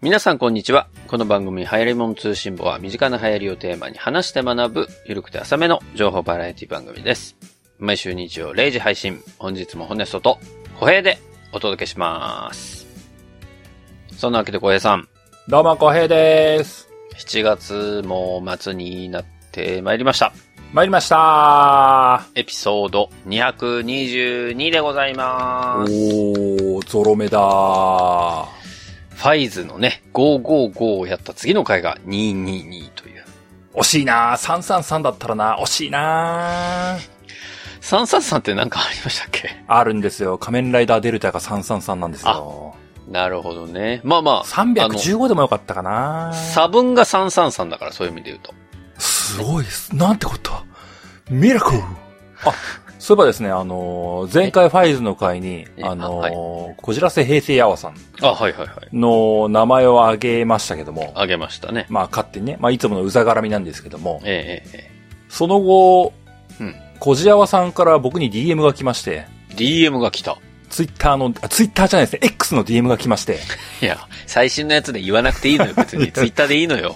皆さんこんにちは。この番組流行り物通信簿は身近な流行りをテーマに話して学ぶゆるくて浅めの情報バラエティ番組です。毎週日曜0時配信。本日もホネストと小平でお届けします。そんなわけで小平さん。 どうも小平です。 7月も末になってまいりました。エピソード222でございます。 ゾロ目だ。 ファイズのね、555をやった次の回が222という。 惜しいなぁ。333だったらな。惜しいなぁ。 333って何かありましたっけ？ あるんですよ。仮面ライダーデルタが333なんですよ。 なるほどね。まあまあ。 315でもよかったかな。 差分が333だからそういう意味で言うと。 すごいです。なんてこと。ミラクル。そういえばですね、前回ファイズの回に、こじらせ平成やわさん。の名前を挙げましたけども。 挙げましたね。 まあ勝手にね、まあいつものうざがらみなんですけども。その後、こじやわさんから僕に DM が来まして。 DM が来た。 ツイッターじゃないですね。X の DM が来まして。 いや、最新のやつで言わなくていいのよ、別に。ツイッターでいいのよ。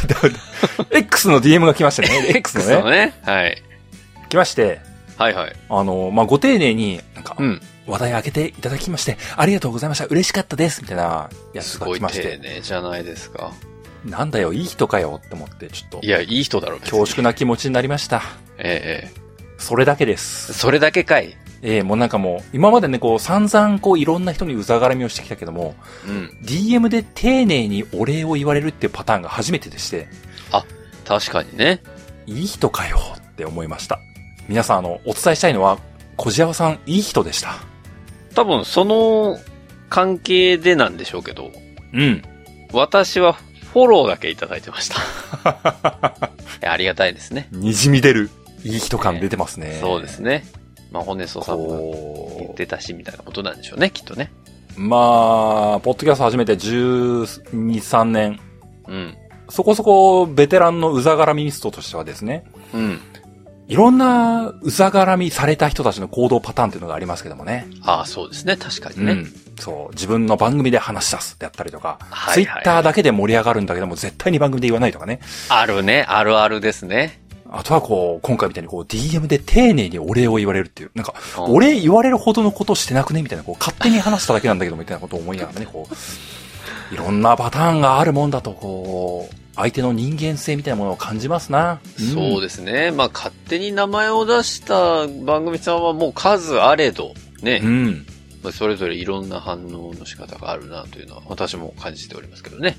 X の DM が来ましたね。 X のね。はい。 来まして。 はいはい。 ご丁寧に、話題開けていただきまして、ありがとうございました。嬉しかったです。みたいなやつが来まして。 すごい丁寧じゃないですか。 なんだよ、いい人かよって思って、ちょっと。 いや、いい人だろう、 恐縮な気持ちになりました。それだけです。 それだけかい。 もう今までね、散々いろんな人にうざがらみをしてきたけども、DM で丁寧にお礼を言われるっていうパターンが初めてでして。 あ、確かにね。 いい人かよって思いました。皆さんお伝えしたいのは、小じやわさんいい人でした。 多分その関係でなんでしょうけど。私はフォローだけいただいてました。ありがたいですね。 にじみ出る。いい人感出てますね。 そうですね。まあ、ホネストさんも言ってたし、みたいなことなんでしょうね、きっとね。 まあ、ポッドキャスト始めて12、3年。そこそこベテランのうざがらみミストとしてはですね。いろんなうざがらみされた人たちの行動パターンっていうのがありますけどもね。 そうですね。確かにね。 そう。自分の番組で話し出すってやったりとか、ツイッターだけで盛り上がるんだけども、絶対に番組で言わないとかね。 あるね。あるあるですね。 あとは今回みたいにDM で丁寧にお礼を言われるっていう。お礼言われるほどのことしてなくねみたいな、勝手に話しただけなんだけどみたいなことを思いながらね、いろんなパターンがあるもんだと、相手の人間性みたいなものを感じますな。 そうですね。まあ、勝手に名前を出した番組さんはもう数あれど、ね。それぞれいろんな反応の仕方があるなというのは私も感じておりますけどね。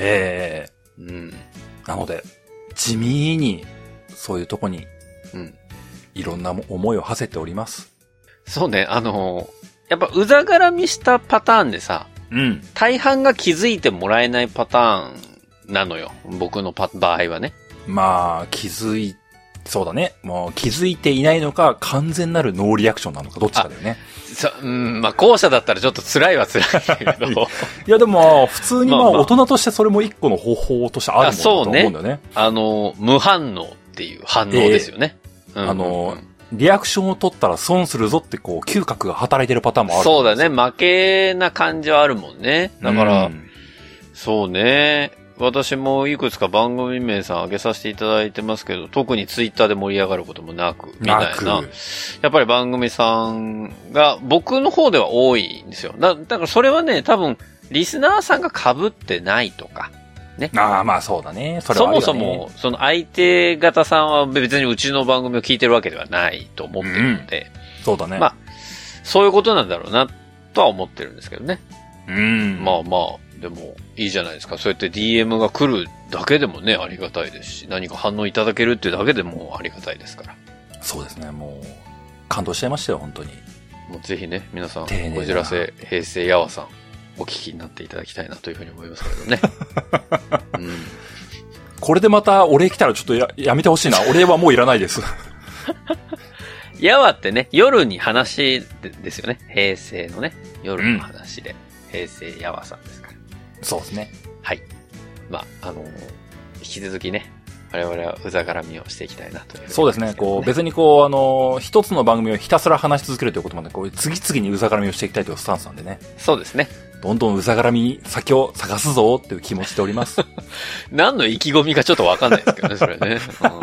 なので、地味に、そういうとこに、いろんな思いを馳せております。 そうね、やっぱうざがらみしたパターンでさ、大半が気づいてもらえないパターンなのよ。僕の場合はね。 まあ、そうだね。もう気づいていないのか、完全なるノーリアクションなのか、どっちかだよね。 まあ、後者だったらちょっと辛いは辛いけど。 いや、でも、普通に大人としてそれも一個の方法としてあるもんだと思うんだよね。 無反応っていう反応ですよね。 リアクションを取ったら損するぞって嗅覚が働いてるパターンもある。 そうだね。負けな感じはあるもんね。だから、そうね。私もいくつか番組名さん挙げさせていただいてますけど、特にツイッターで盛り上がることもなく、みたいな。やっぱり番組さんが僕の方では多いんですよ。だからそれはね、多分、リスナーさんが被ってないとか、ね。 まあそうだね。 そもそも、その相手方さんは別にうちの番組を聞いてるわけではないと思ってるので。 そうだね。 まあ、そういうことなんだろうな、とは思ってるんですけどね。まあまあ、でもいいじゃないですか。そうやって DM が来るだけでもね、ありがたいですし、何か反応いただけるっていうだけでもありがたいですから。 そうですね、もう、感動しちゃいましたよ、本当に。 もうぜひね、皆さん、こじらせ平成やわさん、お聞きになっていただきたいなというふうに思いますけどね。 これでまたお礼来たらちょっと やめてほしいな。お礼はもういらないです。 やわってね、夜に話ですよね。平成のね、夜の話で、平成やわさんですから。 そうですね。 はい。まあ、引き続きね、我々はうざがらみをしていきたいなという、ね。 そうですね。別に一つの番組をひたすら話し続けるということまで、次々にうざがらみをしていきたいというスタンスなんでね。 そうですね。 どんどんうざがらみ先を探すぞっていう気持ちでおります。 何の意気込みかちょっとわかんないですけどね、それね。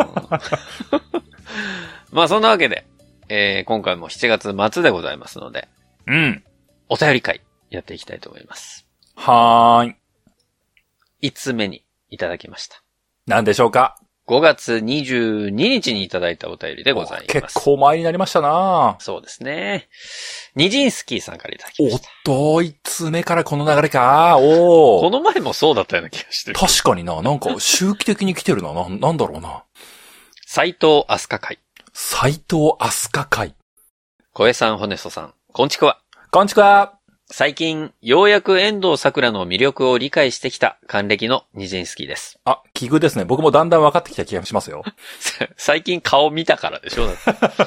まあそんなわけで、今回も7月末でございますので、 うん。 お便り会やっていきたいと思います。 はーい。 5つ目にいただきました。 何でしょうか。 5月22日にいただいたお便りでございます。 結構前になりましたな。 そうですね。ニジンスキーさんからいただきました。 1通目からこの流れか。おー。 この前もそうだったような気がしてる。 確かにな。なんか周期的に来てるな。なんだろうな。 斉藤飛鳥会。 斉藤飛鳥会。 小江さん、ホネソさん、こんちくわ。 こんちくわ。 最近、ようやく遠藤桜の魅力を理解してきた還暦のニジンスキーです。 あ、奇遇ですね。僕もだんだん分かってきた気がしますよ。 最近顔見たからでしょだ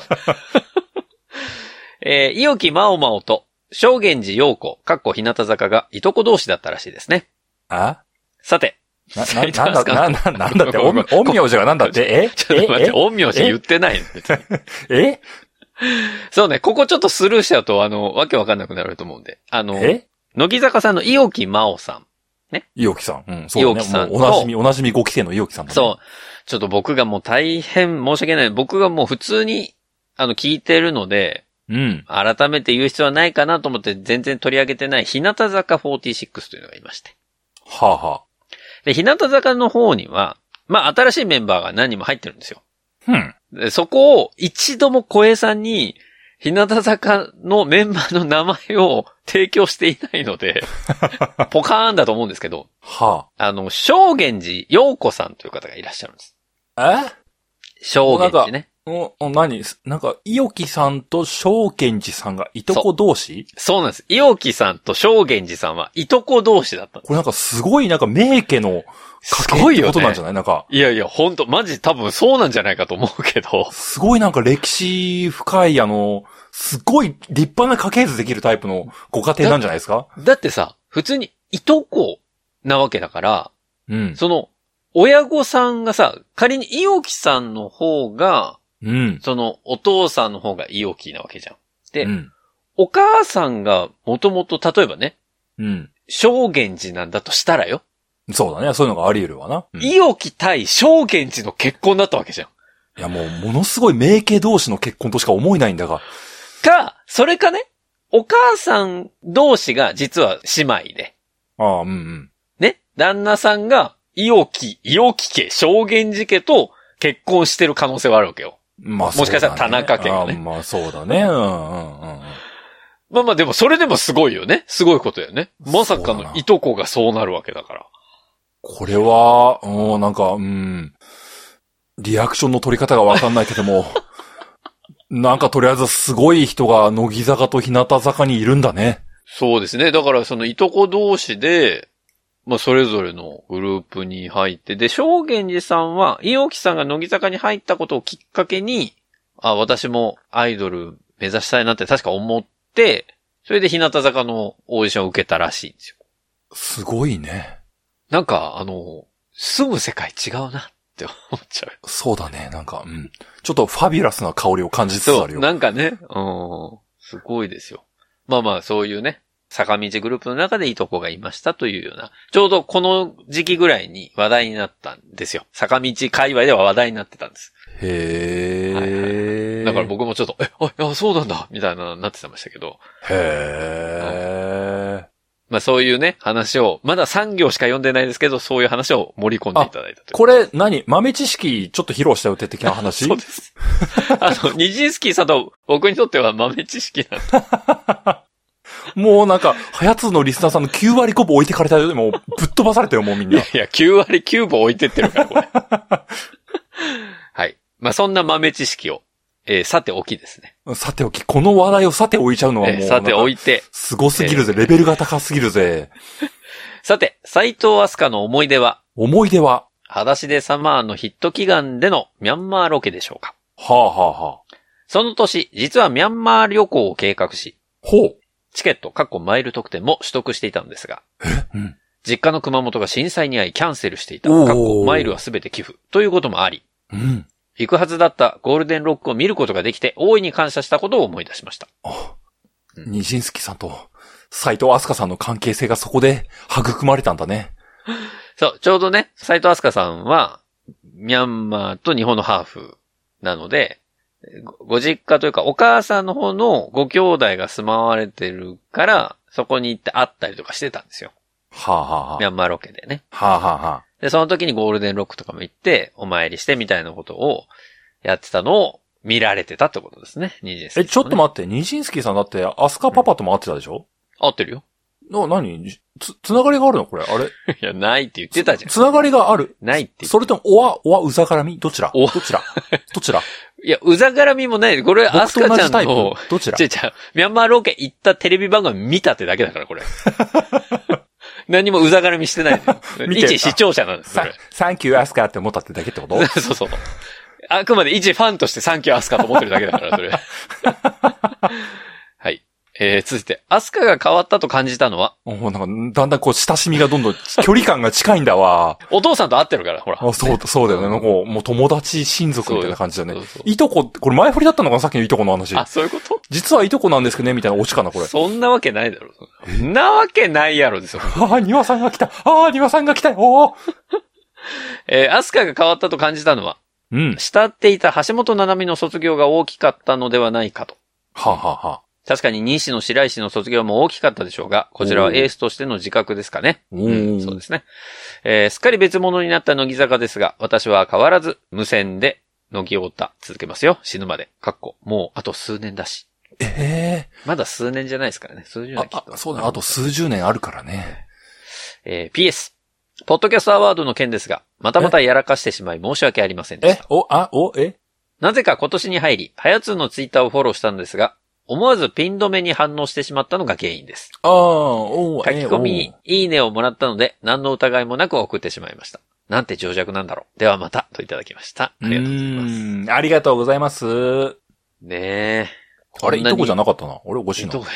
って伊予木まおまおと、正源寺陽子、かっこ日向坂がいとこ同士だったらしいですね。 あさて。 なんだって、陰陽師がなんだってちょっと待って、陰陽師言ってないの別に。そうね、ここちょっとスルーしちゃうと、わけわかんなくなると思うんで。乃木坂さんの伊予木まおさん。ね。 伊予木さん。うん、そうね。伊予木さんと。おなじみ5期生の伊予木さんだね。 そう。ちょっと僕がもう大変申し訳ない。僕がもう普通に、聞いてるので、 うん。 改めて言う必要はないかなと思って全然取り上げてない日向坂46というのがいまして。 はあはあ。 で、日向坂の方には、まあ、新しいメンバーが何人も入ってるんですよ。 うん。 で、そこを一度も小江さんに、日向坂のメンバーの名前を提供していないので、ポカーンだと思うんですけど、 はあ。 正源寺陽子さんという方がいらっしゃるんです。正源寺ね。 なんか、伊予木さんと正源寺さんがいとこ同士？ そうなんです。伊予木さんと正源寺さんはいとこ同士だったんです。 これなんかすごい名家の家系ってことなんじゃない？なんか。 いや、ほんと、マジ多分そうなんじゃないかと思うけど。 すごいなんか歴史深いすごい立派な家系図できるタイプのご家庭なんじゃないですか？ だってさ、普通にいとこなわけだから、 うん。 親御さんがさ、仮に伊予木さんの方が、 うん。 お父さんの方が伊予木なわけじゃん。で、 うん、 お母さんがもともと、例えばね、 うん。 正源寺なんだとしたらよ。 そうだね。そういうのがあり得るわな。 伊予木対正源寺の結婚だったわけじゃん。 いやもう、ものすごい名家同士の結婚としか思えないんだが。 それかね、お母さん同士が実は姉妹で。 ああ、うんうん。 ね、旦那さんが伊予木家、正源寺家と結婚してる可能性はあるわけよ。 まあ、 もしかしたら田中家がね。 まあそうだね。うんうんうん。 まあでもそれでもすごいよね。すごいことだよね。まさかのいとこがそうなるわけだから。 これは、なんか、リアクションの取り方がわかんないけども、なんかとりあえずすごい人が乃木坂と日向坂にいるんだね。 そうですね。だからいとこ同士で、まあそれぞれのグループに入って、で、正源寺さんは、伊予木さんが乃木坂に入ったことをきっかけに、私もアイドル目指したいなって確か思って、それで日向坂のオーディションを受けたらしいんですよ。 すごいね。 なんか、住む世界違うなって思っちゃう。 そうだね。なんか、ちょっとファビュラスな香りを感じつつあるよ。 なんかね、すごいですよ。まあまあ、そういうね、坂道グループの中でいとこがいましたというような、ちょうどこの時期ぐらいに話題になったんですよ。坂道界隈では話題になってたんです。 へー。 はいはい、だから僕もちょっと、そうなんだみたいななってましたけど。 へー。 まあそういうね、話を、まだ3行しか読んでないですけど、そういう話を盛り込んでいただいたという。 これ豆知識ちょっと披露したよって的な話？ そうです。ニジンスキーさんと僕にとっては豆知識なんだ。 もうなんか、はやつのリスナーさんの9割5分置いてかれたよ。もうぶっ飛ばされたよ、もうみんな。 いや、9割9分置いてってるから、これ。はい。まあそんな豆知識を、さておきですね。 さておき、この話題をさて置いちゃうのはもう、 さて置いて。 すごすぎるぜ、レベルが高すぎるぜ。 さて、斉藤飛鳥の思い出は、裸足でサマーのヒット祈願でのミャンマーロケでしょうか。 はあはあはあ。 その年、実はミャンマー旅行を計画し、チケット、マイル特典も取得していたのですが、実家の熊本が震災に遭いキャンセルしていた、マイルはすべて寄付ということもあり、行くはずだったゴールデンロックを見ることができて大いに感謝したことを思い出しました。 ニジンスキさんと斎藤飛鳥さんの関係性がそこで育まれたんだね。 そう、ちょうどね、斎藤飛鳥さんは、ミャンマーと日本のハーフなので、ご実家というかお母さんの方のご兄弟が住まわれてるから、そこに行って会ったりとかしてたんですよ。 はあ、はあはあ、 ミャンマーロケでね。 はあはあはあ、 で、その時にゴールデンロックとかも行って、お参りしてみたいなことをやってたのを見られてたってことですね、ニジンスキーさん、ね。 ちょっと待って、ニジンスキーさんだって、アスカパパとも会ってたでしょ？ 合ってるよ。 何つながりがあるのこれ、あれ？ いや、ないって言ってたじゃん。 つながりがある。 ないって言ってた。 それとも、うざがらみどちらどちらいや、うざがらみもない。これ、アスカちゃんの、 どちらミャンマーロケ行ったテレビ番組見たってだけだから、これ。何もうざがらみしてないのよ。一視聴者なんです、それ。 サンキューアスカって思ったってだけってことそうそう。あくまで一ファンとしてサンキューアスカと思ってるだけだから、それ。はい。続いて、アスカが変わったと感じたのはなんか、だんだんこう、親しみがどんどん、距離感が近いんだわ。 お父さんと会ってるから、ほら。 そうだよね。なんかもう友達、親族みたいな感じだね。いとこ、これ前振りだったのかなさっきのいとこの話。 あ、そういうこと？ 実はいとこなんですけどねみたいなオチかな、これ。 そんなわけないだろ。そんなわけないやろですよ。 庭さんが来た庭さんが来たよアスカが変わったと感じたのは、慕っていた橋本七海の卒業が大きかったのではないかと。確かに西野白石の卒業も大きかったでしょうが、こちらはエースとしての自覚ですかね。そうですね。すっかり別物になった乃木坂ですが、私は変わらず無線で乃木太田続けますよ。死ぬまで。もうあと数年だし。まだ数年じゃないですからね。数十年きっと。 そうだ、あと数十年あるからね。 PS。ポッドキャストアワードの件ですが、またまたやらかしてしまい申し訳ありませんでした。なぜか今年に入り、はやつのツイッターをフォローしたんですが、思わずピン止めに反応してしまったのが原因です。書き込みにいいねをもらったので、何の疑いもなく送ってしまいました。なんて情弱なんだろう。ではまた、といただきました。ありがとうございます。 ありがとうございます。 ねえ。 あれ、いとこじゃなかったな。俺おかしいな。 違います。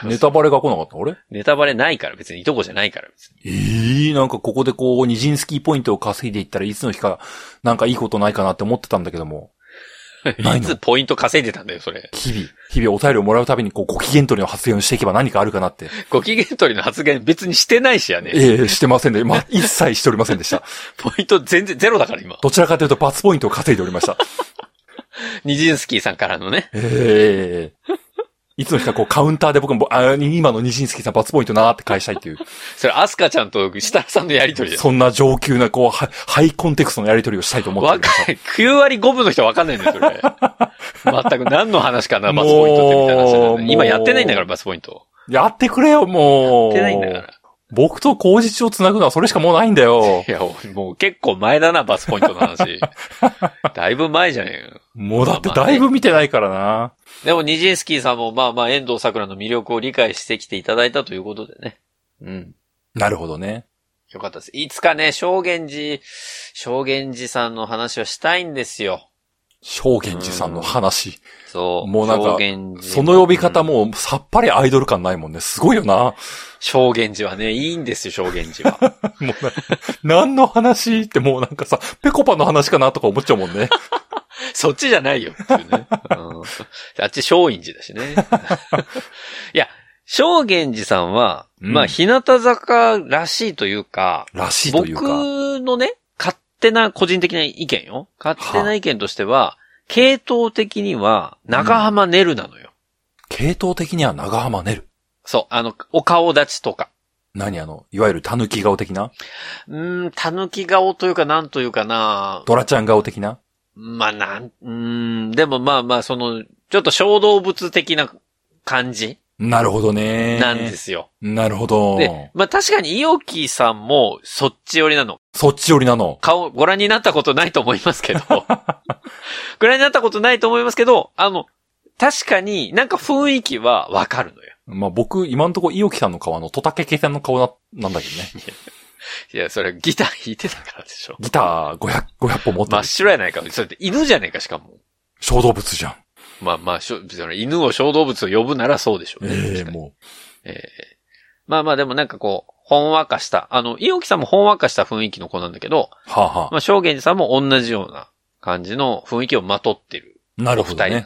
ネタバレが来なかった俺ネタバレないから別にいとこじゃないから別に。なんかここでこう、ニジンスキーポイントを稼いでいったらいつの日か、なんかいいことないかなって思ってたんだけども。 いつポイント稼いでたんだよ、それ。 日々お便りをもらうたびにこう、ご機嫌取りの発言をしていけば何かあるかなって。 ご機嫌取りの発言別にしてないしやね。 してませんで、一切しておりませんでした。 ポイント全然ゼロだから今。 どちらかというと罰ポイントを稼いでおりました。 ニジンスキーさんからのね。 いつの日かこうカウンターで僕も、今のニジンスキーさん罰ポイントなーって返したいっていう。 それ、アスカちゃんと設楽さんのやりとりです。 そんな上級なこう、ハイコンテクストのやりとりをしたいと思ってました。 9割5分の人は分かんないんだよ、それ。全く何の話かな、罰ポイントってみたいな話なんで。今やってないんだから、罰ポイント。 やってくれよ、もう。 やってないんだから。 僕と工事中を繋ぐのはそれしかもうないんだよ。 いや、もう結構前だな、罰ポイントの話。だいぶ前じゃねえよ。 もうだってだいぶ見てないからな。 でも、ニジンスキーさんも遠藤桜の魅力を理解してきていただいたということでね。 なるほどね。 よかったです。いつかね、正源寺さんの話をしたいんですよ。 正源寺さんの話。 そう。 もうなんか、その呼び方もさっぱりアイドル感ないもんね。すごいよな。 正源寺はね、いいんですよ、正源寺は。 もう何の話ってもうなんかさ、ペコパの話かなとか思っちゃうもんね。 そっちじゃないよっていうね。あっち正院寺だしね。いや、正源寺さんは、日向坂らしいというか、僕のね、勝手な個人的な意見よ。勝手な意見としては、系統的には長浜ねるなのよ。 系統的には長浜ねる。 そう、お顔立ちとか。 いわゆる狸顔的な？ 狸顔というかなんというかな。 ドラちゃん顔的な？ でもちょっと小動物的な感じ。 なるほどね。 なんですよ。 なるほど。 で、確かに伊予木さんもそっち寄りなの。 そっち寄りなの。 顔ご覧になったことないと思いますけど。ご覧になったことないと思いますけど、確かになんか雰囲気はわかるのよ。 僕、今のところ伊予木さんの顔トタケケさんの顔なんだけどね。 いや、それギター弾いてたからでしょ。 ギター500本持ってる。 真っ白やないか。それって犬じゃねえか、しかも。 小動物じゃん。 犬を小動物を呼ぶならそうでしょうね。 もう。でもなんかこう、ほんわかした。伊予木さんもほんわかした雰囲気の子なんだけど、正源寺さんも同じような感じの雰囲気をまとってる。 なるほどね。 お二人なんですよ。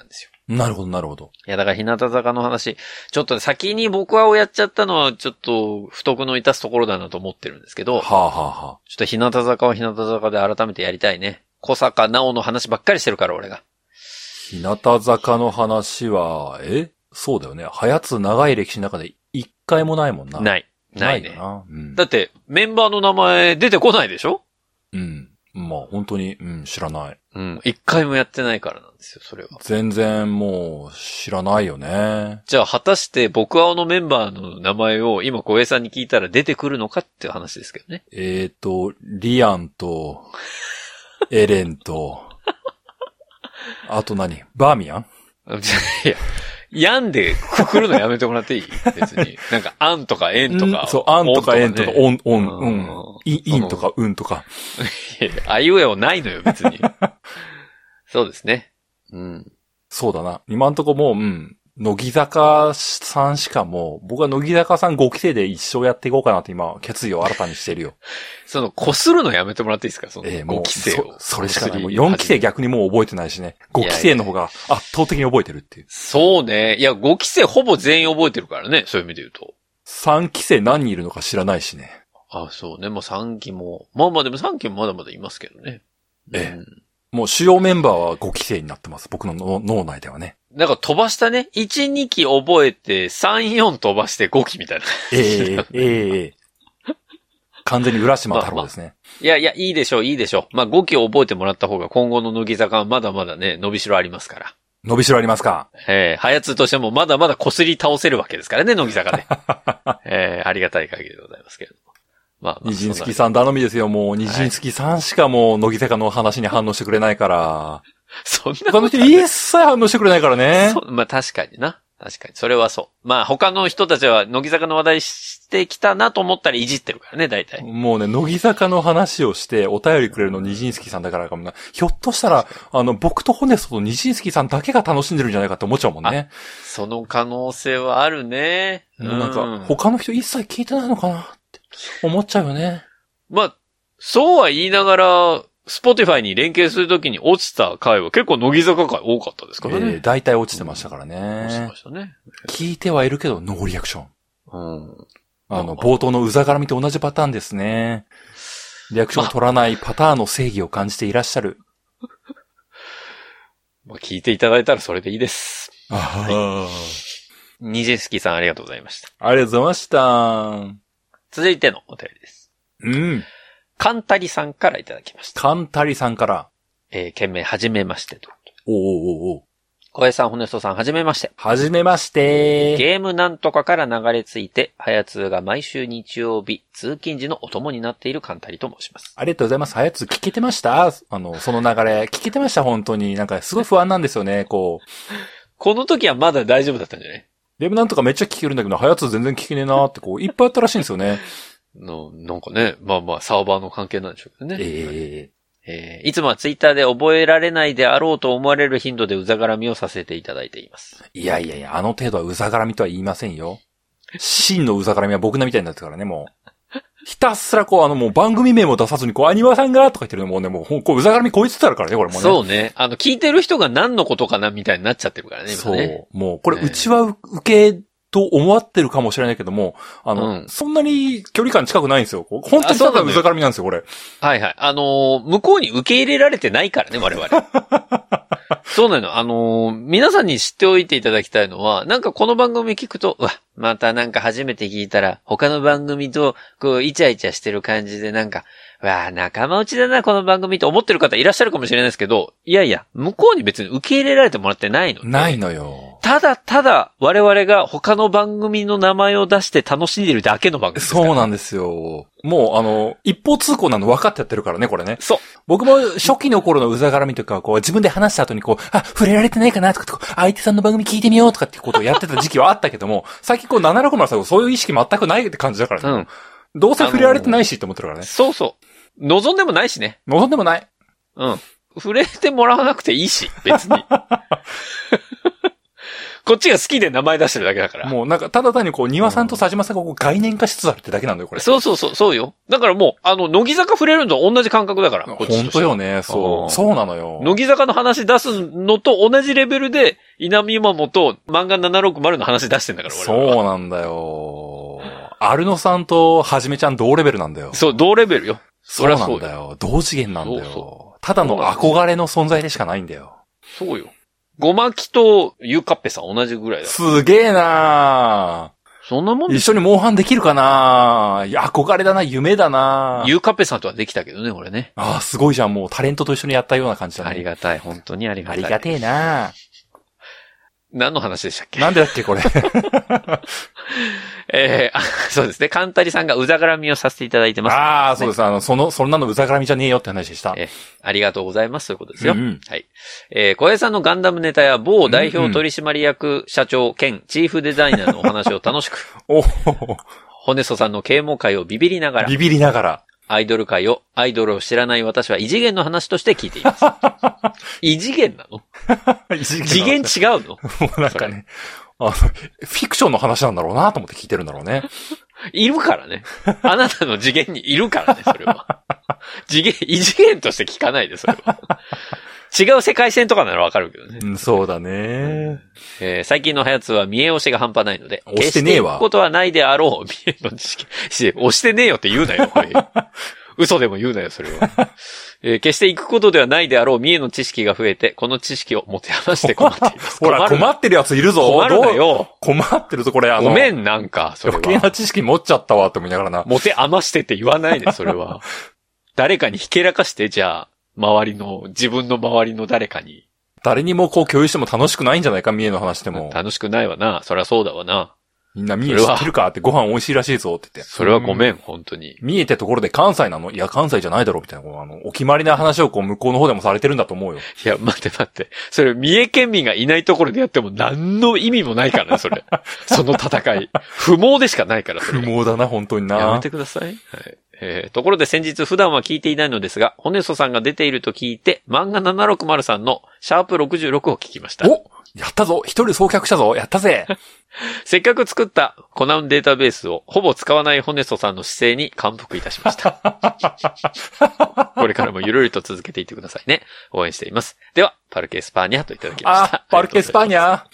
なるほど、なるほど。 いや、だから日向坂の話、ちょっと先に僕はやっちゃったのは、ちょっと不徳の致すところだなと思ってるんですけど、 はあ、はあはあ、 ちょっと日向坂は日向坂で改めてやりたいね。小坂直の話ばっかりしてるから、俺が。 日向坂の話は、そうだよね。はやつ長い歴史の中で一回もないもんな。 ないね。 な、うん。 だって、メンバーの名前出てこないでしょ？ うん。まあ本当に、知らない。 うん。一回もやってないからなんですよ、それは。 全然もう知らないよね。 じゃあ果たして僕青のメンバーの名前を今小江さんに聞いたら出てくるのかっていう話ですけどね。 リアンと、エレンと、あと何？バーミヤン？ いや、ヤンでくくるのやめてもらっていい？別に。なんか、アンとかエンとか。 そう、アンとかエンとか、オン、インとか、ウンとか。 いや、あいうえおないのよ、別に。そうですね。うん。 そうだな。今んとこもう、乃木坂さんしかもう、僕は乃木坂さん5期生で一生やっていこうかなって今、決意を新たにしてるよ。 こするのやめてもらっていいですか？その5期生を。 それしかない。もう4期生逆にもう覚えてないしね。5期生の方が圧倒的に覚えてるっていう。 そうね。いや、5期生ほぼ全員覚えてるからね。そういう意味で言うと。 3期生何人いるのか知らないしね。 あ、そうね。もう3期も。まあまあでも3期もまだまだいますけどね。 もう主要メンバーは5期生になってます。僕の脳内ではね。 なんか飛ばしたね。1、2期覚えて、3、4飛ばして5期みたいな。 完全に浦島太郎ですね。 いや、いいでしょう。まあ5期を覚えてもらった方が今後の乃木坂はまだまだね、伸びしろありますから。 伸びしろありますか？ はやつとしてもまだまだ擦り倒せるわけですからね、乃木坂で。ありがたい限りでございますけれども。まあ、 ニジンスキさん頼みですよ。もう、ニジンスキさんしかもう、乃木坂の話に反応してくれないから。 そんな他の人一切反応してくれないからね。 まあ確かにな。確かに。それはそう。まあ他の人たちは乃木坂の話題してきたなと思ったらいじってるからね、大体。 もうね、乃木坂の話をしてお便りくれるのニジンスキさんだからかもな。ひょっとしたら、僕とホネストとニジンスキさんだけが楽しんでるんじゃないかって思っちゃうもんね。 その可能性はあるね。 なんか、他の人一切聞いてないのかなって思っちゃうよね。 まあ、そうは言いながら、スポティファイに連携するときに落ちた回は結構乃木坂回多かったですからね。 大体落ちてましたからね。 落ちてましたね。 聞いてはいるけど、ノーリアクション。 うん。 冒頭のうざがらみと同じパターンですね。リアクション取らないパターンの正義を感じていらっしゃる。 まあ、聞いていただいたらそれでいいです。 はい。 ニジンスキーさんありがとうございました。 ありがとうございました。 続いてのお便りです。カンタリさんからいただきました。 カンタリさんから。 件名、はじめましてと。 お。 小江さん、ホネストさん、はじめまして。 はじめまして。 ゲームなんとかから流れ着いて、はやつが毎週日曜日、通勤時のお供になっているカンタリと申します。 ありがとうございます。はやつ聞けてました？その流れ。聞けてました？本当に。なんかすごい不安なんですよね、この時はまだ大丈夫だったんじゃない？ ゲームなんとかめっちゃ聞けるんだけど、はやつ全然聞けねえなーっていっぱいあったらしいんですよね。 なんかね、まあサーバーの関係なんでしょうけどね。いつもはツイッターで覚えられないであろうと思われる頻度でうざがらみをさせていただいています。 いや、あの程度はうざがらみとは言いませんよ。真のうざがらみは僕らみたいになってからね、もう。ひたすらもう番組名も出さずにアニマさんがとか言ってるのもね、もううざがらみこいつってあるからね、これもね。 そうね。聞いてる人が何のことかなみたいになっちゃってるからね、今ね。 そう。もう、これ、うちは受けと思ってるかもしれないけども、そんなに距離感近くないんですよ。本当にただうざがらみなんですよ、これ。 はいはい。向こうに受け入れられてないからね、我々。そうなの。皆さんに知っておいていただきたいのは、なんかこの番組聞くと、またなんか初めて聞いたら、他の番組と、イチャイチャしてる感じでなんか、仲間内だな、この番組と思ってる方いらっしゃるかもしれないですけど、いや、向こうに別に受け入れられてもらってないので。 ないのよ。 ただ、我々が他の番組の名前を出して楽しんでるだけの番組ですから。 そうなんですよ。もう、一方通行なの分かってやってるからね、これね。 そう。 僕も初期の頃のうざがらみとか自分で話した後に触れられてないかなとか相手さんの番組聞いてみようとかってことをやってた時期はあったけども、最近760さんそういう意識全くないって感じだからね。どうせ触れられてないしって思ってるからね。 そうそう。望んでもないしね。 望んでもない。 触れてもらわなくていいし、別に。 こっちが好きで名前出してるだけだから。 もうなんか、ただ単にこう、庭さんと佐島さんがこう概念化しつつあるってだけなんだよ、これ。 そうよ。だからもう、乃木坂触れるのと同じ感覚だから。 本当よね、そう。そうなのよ。 乃木坂の話出すのと同じレベルで、稲見マモと漫画760の話出してんだから、俺は。 そうなんだよ。アルノさんとはじめちゃん同レベルなんだよ。 そう、同レベルよ。 そうなんだよ。同次元なんだよ。そうただの憧れの存在でしかないんだよ。 そうよ。ごまきとゆうかっぺさん同じぐらいだ。 すげえなー。 そんなもん一緒にモンハンできるかな？いや、憧れだな、夢だな。 ゆうかっぺさんとはできたけどね、俺ね。 ああ、すごいじゃん。もうタレントと一緒にやったような感じだね。 ありがたい。本当にありがたい。 ありがてえな。 何の話でしたっけ？ なんでだっけ、これ。 そうですね。カンタリさんがうざがらみをさせていただいてます、ね。 ああ、そうです。そんなのうざがらみじゃねえよって話でした。 ありがとうございます。そういうことですよ。はい。小江さんのガンダムネタや某代表取締役社長兼チーフデザイナーのお話を楽しく。ホネソさんの啓蒙会をビビりながら。アイドル界を、アイドルを知らない私は異次元の話として聞いています。異次元なの？次元違うの？ もうなんかね、フィクションの話なんだろうなと思って聞いてるんだろうね。 いるからね。あなたの次元にいるからね、それは。異次元として聞かないで、それは。違う世界線とかならわかるけどね。 うん、そうだね。 最近のハヤツは見栄押しが半端ないので、 押してねえわ。 決していくことはないであろう、見栄の知識。押してねえよって言うなよ、嘘でも言うなよ、それは。決していくことではないであろう、見栄の知識が増えて、この知識を持て余して困っています。 ほら、困ってるやついるぞ。 困るなよ。 困ってるぞ、これ。 ごめん、なんか、それは。 余計な知識持っちゃったわ、って思いながらな。 持て余してって言わないで、それは。誰かにひけらかして、じゃあ。自分の周りの誰かに。 誰にもこう共有しても楽しくないんじゃないか、三重の話でも。 楽しくないわな。そりゃそうだわな。 みんな三重知ってるかってご飯美味しいらしいぞって言って。 それはごめん、本当に。 三重ってところで関西なの？いや、関西じゃないだろ、みたいな。お決まりな話をこう向こうの方でもされてるんだと思うよ。 いや、待って。それ、三重県民がいないところでやっても何の意味もないからね、それ。その戦い。不毛でしかないから、それ。 不毛だな、本当にな。 やめてください。はい。ところで先日普段は聞いていないのですが、ホネソさんが出ていると聞いて、漫画760さんのシャープ66を聞きました。 お！やったぞ！一人送客したぞ！やったぜ！ せっかく作ったコナンデータベースをほぼ使わないホネソさんの姿勢に感服いたしました。これからもゆるりと続けていってくださいね。応援しています。では、パルケ・スパーニャといただきました。 パルケ・スパーニャ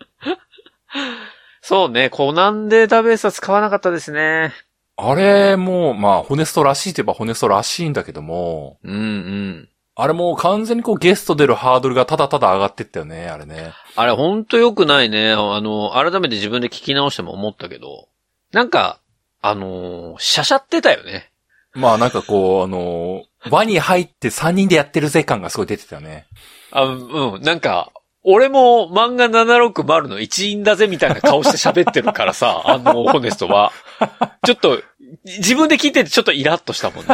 そうね、コナンデータベースは使わなかったですね。 あれも、まあ、ホネストらしいといえばホネストらしいんだけども。あれもう完全にこうゲスト出るハードルがただただ上がってったよね、あれね。 あれほんと良くないね。改めて自分で聞き直しても思ったけど。なんか、しゃしゃってたよね。 まあなんかこう、輪に入って3人でやってるぜ感がすごい出てたよね。 なんか、俺も漫画760の一員だぜみたいな顔して喋ってるからさ、ホネストは。ちょっと、自分で聞いててちょっとイラッとしたもんね。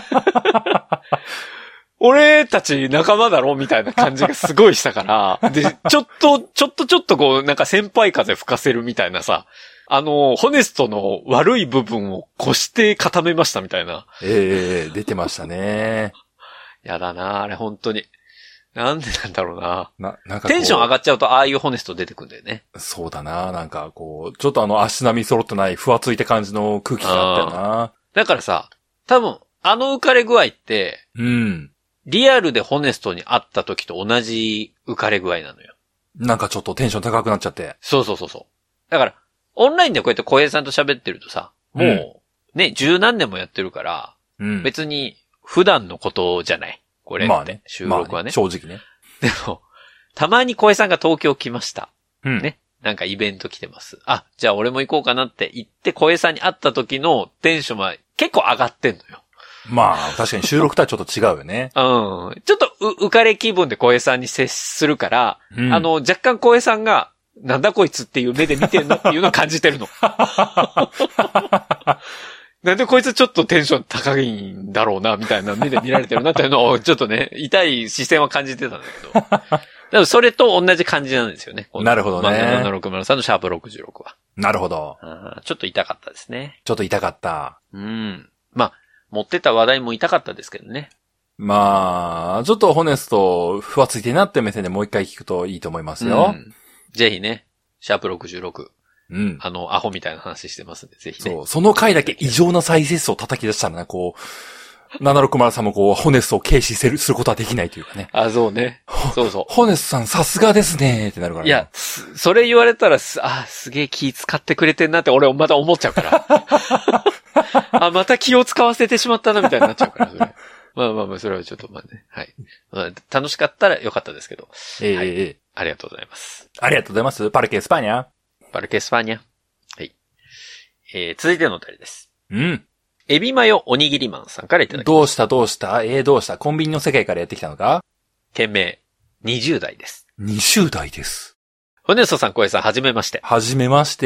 俺たち仲間だろみたいな感じがすごいしたから、で、ちょっとこう、なんか先輩風吹かせるみたいなさ、ホネストの悪い部分を越して固めましたみたいな。 出てましたね。 やだな、あれ本当に。なんでなんだろうな。 なんかテンション上がっちゃうとああいうホネスト出てくんだよね。 そうだな。なんかこう、ちょっと足並み揃ってないふわついた感じの空気があったよな。 だからさ、多分、浮かれ具合って、リアルでホネストに会った時と同じ浮かれ具合なのよ。 なんかちょっとテンション高くなっちゃって。 そう。だから、オンラインでこうやって小平さんと喋ってるとさ、もう、ね、十何年もやってるから、別に普段のことじゃない。これって、まあね、収録はね。 正直ね。 でも、たまに小江さんが東京来ました。ね。なんかイベント来てます。あ、じゃあ俺も行こうかなって言って小江さんに会った時のテンションは結構上がってんのよ。 まあ、確かに収録とはちょっと違うよね。 ちょっと浮かれ気分で小江さんに接するから、若干小江さんが、なんだこいつっていう目で見てんのっていうのを感じてるの。なんでこいつちょっとテンション高いんだろうな、みたいな目で見られてるなっていうのを、ちょっとね、痛い視線は感じてたんだけど。だからそれと同じ感じなんですよね。 なるほどね。 760さんのシャープ66は。 なるほど。 ちょっと痛かったですね。 ちょっと痛かった。 まあ、持ってた話題も痛かったですけどね。 まあ、ちょっとホネスト、ふわついてなって目線でもう一回聞くといいと思いますよ。 ぜひね、 シャープ66。 うん。 アホみたいな話してますんで、ぜひね。 そう、その回だけ異常な再生数を叩き出したらな、こう、760さんもこう、ホネスを軽視することはできないというかね。 あ、そうね。そうそう。 ホネスさんさすがですねってなるからね。 いや、それ言われたらすげえ気使ってくれてんなって俺また思っちゃうから。また気を使わせてしまったなみたいになっちゃうから、それ。まあ、それはちょっとまあね。はい。まあ、楽しかったらよかったですけど。はい。ありがとうございます。 ありがとうございます。パルケ・エスパーニャ。 パルケ・エスパーニャ。はい。続いてのお便りです。 うん。 エビマヨおにぎりマンさんからいただきました。 どうしたどうしたコンビニの世界からやってきたのか？ 件名、20代です。 20代です。 ホネストさん、小江さん、はじめまして。 はじめまして。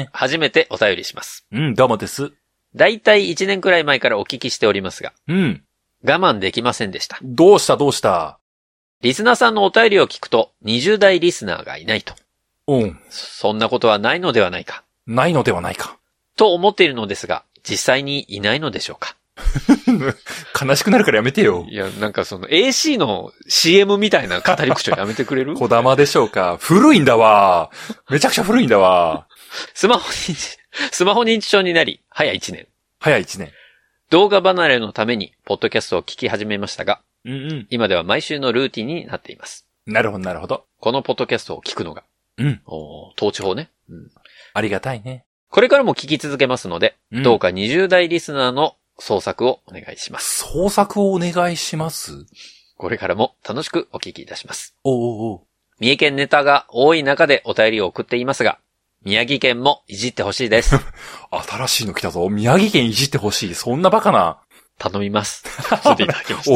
初めてお便りします。 うん、どうもです。 だいたい1年くらい前からお聞きしておりますが。 うん。 我慢できませんでした。 どうしたリスナーさんのお便りを聞くと、20代リスナーがいないと。 うん。 そんなことはないのではないか。 ないのではないか。 と思っているのですが、実際にいないのでしょうか。 悲しくなるからやめてよ。 いや、なんかその AC の CM みたいな語り口をやめてくれる？ 小玉でしょうか。古いんだわ。めちゃくちゃ古いんだわ。 スマホ認知症になり、早1年。 早1年。 動画離れのために、ポッドキャストを聞き始めましたが、 今では毎週のルーティンになっています。 なるほど。 このポッドキャストを聞くのが。統治法ね。 ありがたいね。 これからも聞き続けますので、どうか20代リスナーの創作をお願いします。 創作をお願いします。 これからも楽しくお聞きいたします。 おう。 三重県ネタが多い中でお便りを送っていますが、宮城県もいじってほしいです。 新しいの来たぞ。宮城県いじってほしい。そんなバカな。 頼みます。ちょっといただきました。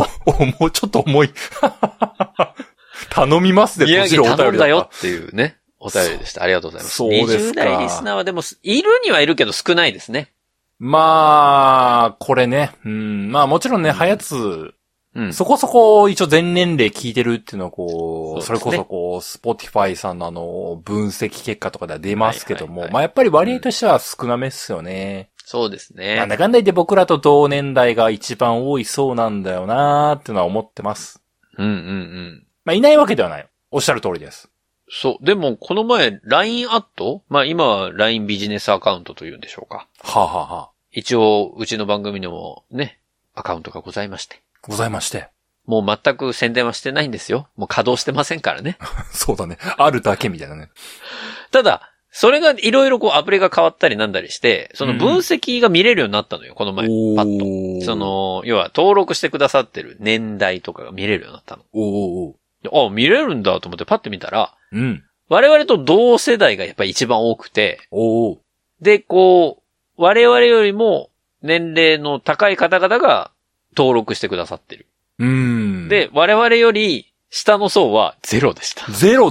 もうちょっと重い。頼みますで宮城頼んだよっていうね、お便りでした。ありがとうございます。 そうですか。 20代リスナーはでも、いるにはいるけど少ないですね。 まあ、これね。まあもちろんね、はやつ、そこそこ一応全年齢聞いてるっていうのはこう、それこそこう、Spotify さんの分析結果とかでは出ますけども、まあやっぱり割合としては少なめっすよね。 そうですね。 なんだかんだ言って僕らと同年代が一番多いそうなんだよなーっていうのは思ってます。まあいないわけではない。おっしゃる通りです。 そう。でも、この前、LINE アット？まあ今は LINE ビジネスアカウントというんでしょうか。一応、うちの番組にもね、アカウントがございまして。もう全く宣伝はしてないんですよ。もう稼働してませんからね。 そうだね。あるだけみたいなね。 ただ、それがいろいろこうアプリが変わったりなんだりして、その分析が見れるようになったのよ、この前。パッと。要は登録してくださってる年代とかが見れるようになったの。見れるんだと思ってパッて見たら、我々と同世代がやっぱり一番多くて、で、こう、我々よりも年齢の高い方々が登録してくださってる。で、我々より下の層はゼロでした。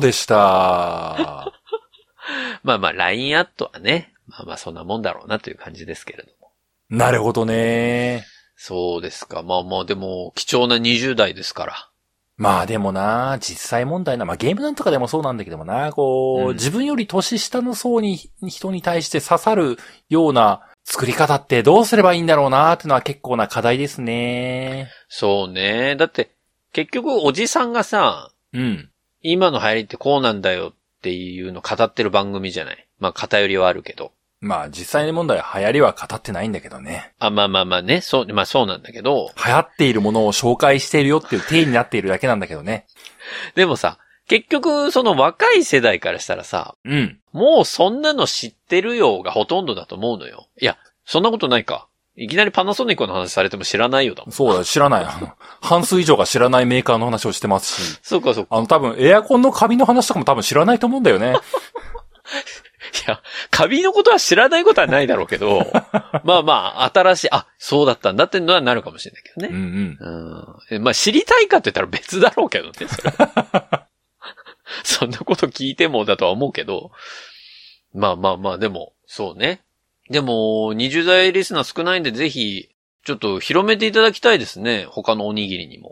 まあ、LINE アットはね、まあそんなもんだろうなという感じですけれども。 なるほどね。 そうですか。まあでも、貴重な20代ですから。 まあでもな、実際問題な、まあゲームなんとかでもそうなんだけどもな、こう、自分より年下の層に、人に対して刺さるような作り方ってどうすればいいんだろうなっていうのは結構な課題ですね。 そうね。だって、結局おじさんがさ、今の流行りってこうなんだよっていうのを語ってる番組じゃない。まあ偏りはあるけど。 まあ実際の問題は流行りは語ってないんだけどね。 まあね、そうなんだけど。 流行っているものを紹介しているよっていう体になっているだけなんだけどね。 でもさ、結局その若い世代からしたらさ、もうそんなの知ってるよがほとんどだと思うのよ。いや、そんなことないか。いきなりパナソニックの話されても知らないよだもん。 そうだ、知らない。半数以上が知らないメーカーの話をしてますし。 そうか。 多分エアコンのカビの話とかも多分知らないと思うんだよね。 いや、カビのことは知らないことはないだろうけど、まあ、新しい、そうだったんだってのはなるかもしれないけどね。まあ、知りたいかって言ったら別だろうけどね、それそんなこと聞いてもだとは思うけど、まあ、でも、そうね。でも、20代リスナー少ないんで、ぜひ、ちょっと広めていただきたいですね。他のおにぎりにも。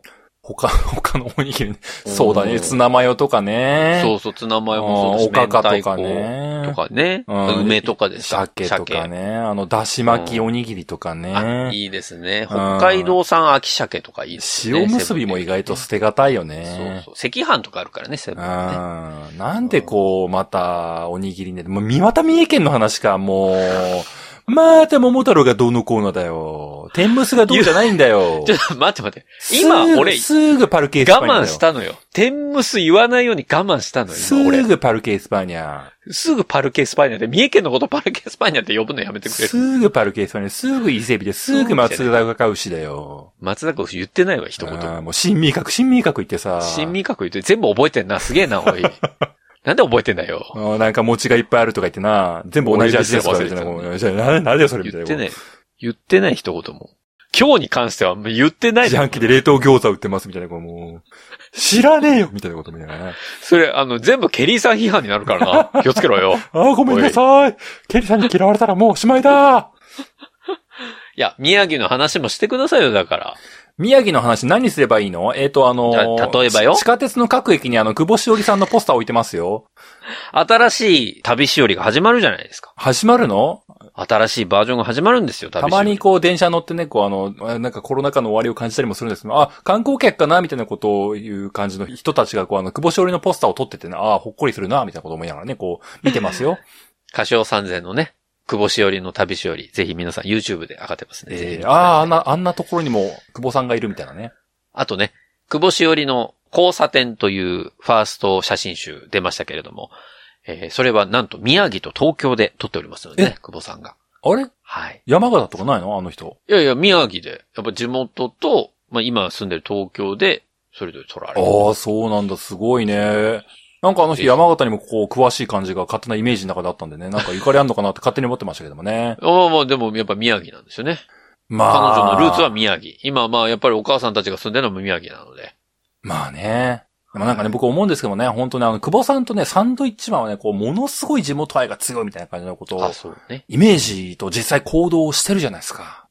他のおにぎりね。そうだね。ツナマヨとかね。 そうそう、ツナマヨもそうです。 おかかとかね。 とかね。梅とかですか。 鮭とかね。だし巻きおにぎりとかね。 いいですね。北海道産秋鮭とかいいですね。 塩結びも意外と捨てがたいよね。 そうそう。赤飯とかあるからね、セブンね。 なんでまた、おにぎりね。もう、三重県の話か、もう。また桃太郎がどうのこうのだよ。天むすがどうじゃないんだよ。 ちょっと待って。今、俺、 すぐパルケ・エスパニャ。 我慢したのよ。天むす言わないように我慢したのよ。 すぐパルケ・エスパニャ。 すぐパルケ・エスパニャで、三重県のことパルケ・エスパニャって呼ぶのやめてくれる。 すぐパルケ・エスパニャ。すぐ伊勢海老で、すぐ松坂牛だよ。 松坂牛言ってないわ、一言。 もう新味覚言ってさ。 新味覚言って全部覚えてんな。すげえな、おい。なんで覚えてんだよ。 なんか餅がいっぱいあるとか言ってな。全部同じ味ですとか言ってな。じゃあ、なんだよそれみたいな。 言ってない一言も。今日に関しては言ってない。 自販機で冷凍餃子売ってますみたいな。もう、知らねえよみたいなことみたいな。 それ、全部ケリーさん批判になるからな。気をつけろよ。 ごめんなさい。ケリーさんに嫌われたらもうおしまいだ。 いや、宮城の話もしてくださいよ、だから。 宮城の話何すればいいの？ 例えばよ。 地下鉄の各駅に久保しおりさんのポスター置いてますよ。 新しい旅しおりが始まるじゃないですか。 始まるの？ 新しいバージョンが始まるんですよ、 旅しおり。たまに電車乗ってね、なんかコロナ禍の終わりを感じたりもするんですけど、観光客かなみたいなことをいう感じの人たちが久保しおりのポスターを撮っててね、ほっこりするな、みたいなことを思いながらね、見てますよ。 歌唱三千のね。久保しおりの旅しおり、ぜひ皆さん YouTube で上がってますね。 あんなところにも久保さんがいるみたいなね。 あとね、久保しおりの交差点というファースト写真集出ましたけれども、それはなんと宮城と東京で撮っておりますのでね、久保さんが。 あれ？ はい。 山形とかないの？あの人。 いや、宮城で、やっぱ地元と、今住んでる東京で、それぞれ撮られる。 そうなんだ、すごいね。なんか人山形にも詳しい感じが勝手なイメージの中であったんでね、なんかゆかりあんのかなって勝手に思ってましたけどもね。 でもやっぱ宮城なんですよね。彼女のルーツは宮城。今やっぱりお母さんたちが住んでるのも宮城なので。 まあね。でもなんかね、僕思うんですけどもね、本当ね、久保さんとね、サンドイッチマンはね、ものすごい地元愛が強いみたいな感じのことを、 そうね。イメージと実際行動をしてるじゃないですか。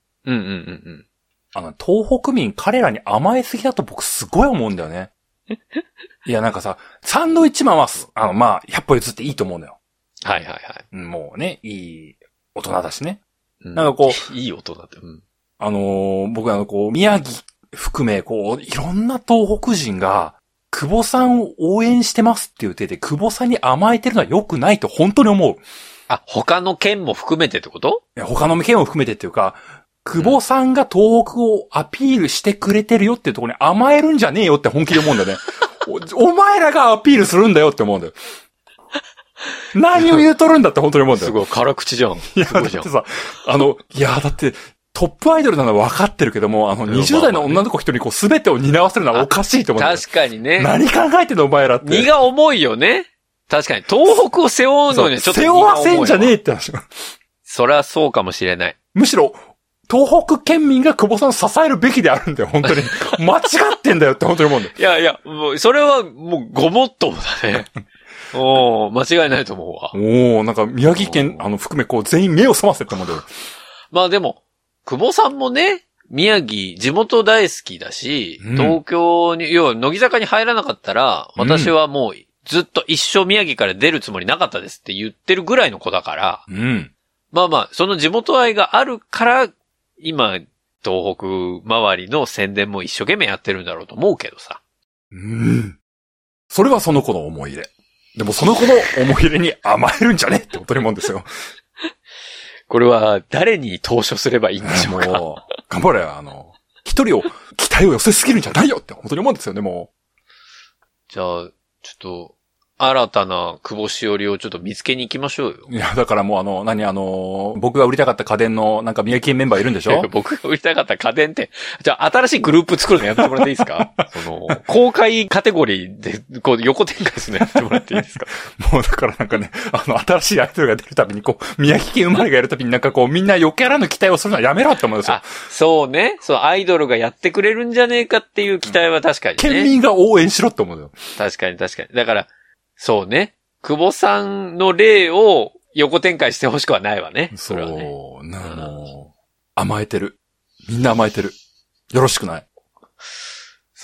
東北民彼らに甘えすぎだと僕すごい思うんだよね。いや、なんかさ、サンドイッチマンは、100歩譲っていいと思うんだよ。 はいはいはい。 もうね、いい大人だしね。 なんかいい大人って。 僕宮城含め、いろんな東北人が、久保さんを応援してますっていう手で、久保さんに甘えてるのは良くないと本当に思う。 他の県も含めてってこと？ いや、他の県も含めてっていうか、久保さんが東北をアピールしてくれてるよっていうところに甘えるんじゃねえよって本気で思うんだよね。お前らがアピールするんだよって思うんだよ。何を言うとるんだって本当に思うんだよ。 すごい、辛口じゃん。 いや、だってさ、だって、トップアイドルなのは分かってるけども、20代の女の子一人に全てを担わせるのはおかしいと思うんだよ。 確かにね。 何考えてんのお前らって。 荷が重いよね。確かに、東北を背負うのにちょっと背負わせんじゃねえって話。 そりゃそうかもしれない。 むしろ、東北県民が久保さんを支えるべきであるんだよ、本当に。間違ってんだよって本当に思うんだよ。 いや、もう、それはもうごもっともだね。間違いないと思うわ。 なんか宮城県、含め全員目を覚ませって思うんだよ。 でも、久保さんもね、宮城、地元大好きだし、東京に、要は乃木坂に入らなかったら、私はもうずっと一生宮城から出るつもりなかったですって言ってるぐらいの子だから、その地元愛があるから、今、東北周りの宣伝も一生懸命やってるんだろうと思うけどさ。 それはその子の思い入れ。でもその子の思い入れに甘えるんじゃねって本当に思うんですよ。 これは誰に投書すればいいんでしょうか。 もう、頑張れ、一人を期待を寄せすぎるんじゃないよって本当に思うんですよね、もう。 じゃあ、ちょっと、新たな久保しおりをちょっと見つけに行きましょうよ。 いや、だからもう僕が売りたかった家電のなんか宮城県メンバーいるんでしょ？ 僕が売りたかった家電って、じゃあ新しいグループ作るのやってもらっていいですか？公開カテゴリーで、横展開するのやってもらっていいですか？ もうだからなんかね、新しいアイドルが出るたびに宮城県生まれがやるたびになんかみんな余計なの期待をするのはやめろって思うんですよ。 そうね。アイドルがやってくれるんじゃねえかっていう期待は確かにね。 県民が応援しろって思うよ。 確かに。だから、そうね。久保さんの例を横展開してほしくはないわね。 そう、もう、甘えてる。みんな甘えてる。よろしくない。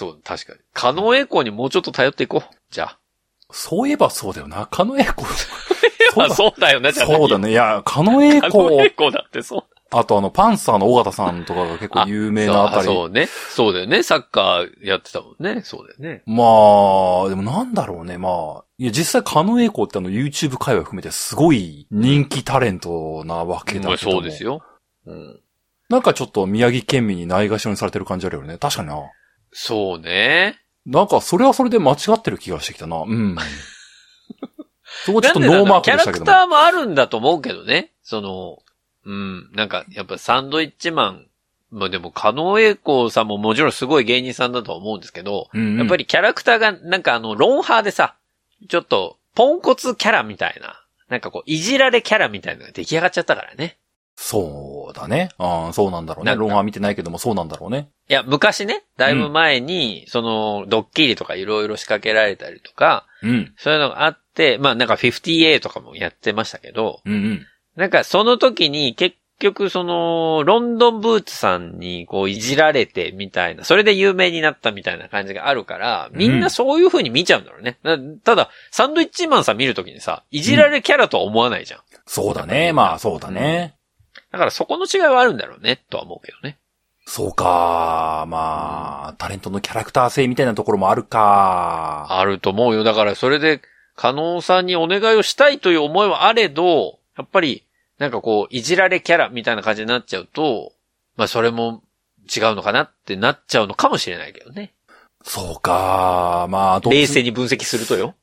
そう、確かに。狩野英孝にもうちょっと頼っていこう。じゃあ。 そういえばそうだよな。狩野英孝。 そうだよね、じゃあ。 そうだね。いや、狩野英孝。 狩野英孝だってそう。 あとパンサーの尾形さんとかが結構有名なあたり。 そうね。そうだよね。サッカーやってたもんね。そうだよね。 まあ、でもなんだろうね。まあ、いや、実際狩野英孝って YouTube 界隈含めてすごい人気タレントなわけだけども。 そうですよ。うん。 なんかちょっと宮城県民にないがしろにされてる感じあるよね。確かにな。 そうね。 なんかそれはそれで間違ってる気がしてきたな。うん。そこちょっとノーマークでしたけども。 キャラクターもあるんだと思うけどね。なんか、やっぱサンドイッチマン、まあでも、狩野英孝さんももちろんすごい芸人さんだと思うんですけど、やっぱりキャラクターが、なんかロンハーでさ、ちょっと、ポンコツキャラみたいな、なんかこう、いじられキャラみたいなのが出来上がっちゃったからね。 そうだね。そうなんだろうね。ロンハー見てないけどもそうなんだろうね。 いや、昔ね、だいぶ前に、ドッキリとかいろいろ仕掛けられたりとか、そういうのがあって、まあなんか 50A とかもやってましたけど、なんかその時に結局ロンドンブーツさんにこういじられてみたいな、それで有名になったみたいな感じがあるから、みんなそういう風に見ちゃうんだろうね。ただ、サンドイッチマンさん見るときにさ、いじられキャラとは思わないじゃん。 そうだね。まあそうだね。 だからそこの違いはあるんだろうね、とは思うけどね。 そうか。まあ、タレントのキャラクター性みたいなところもあるか。 あると思うよ。だからそれで、加納さんにお願いをしたいという思いはあれど、やっぱり、なんかこう、いじられキャラみたいな感じになっちゃうと、まあそれも違うのかなってなっちゃうのかもしれないけどね。 そうか。まあ、 冷静に分析するとよ。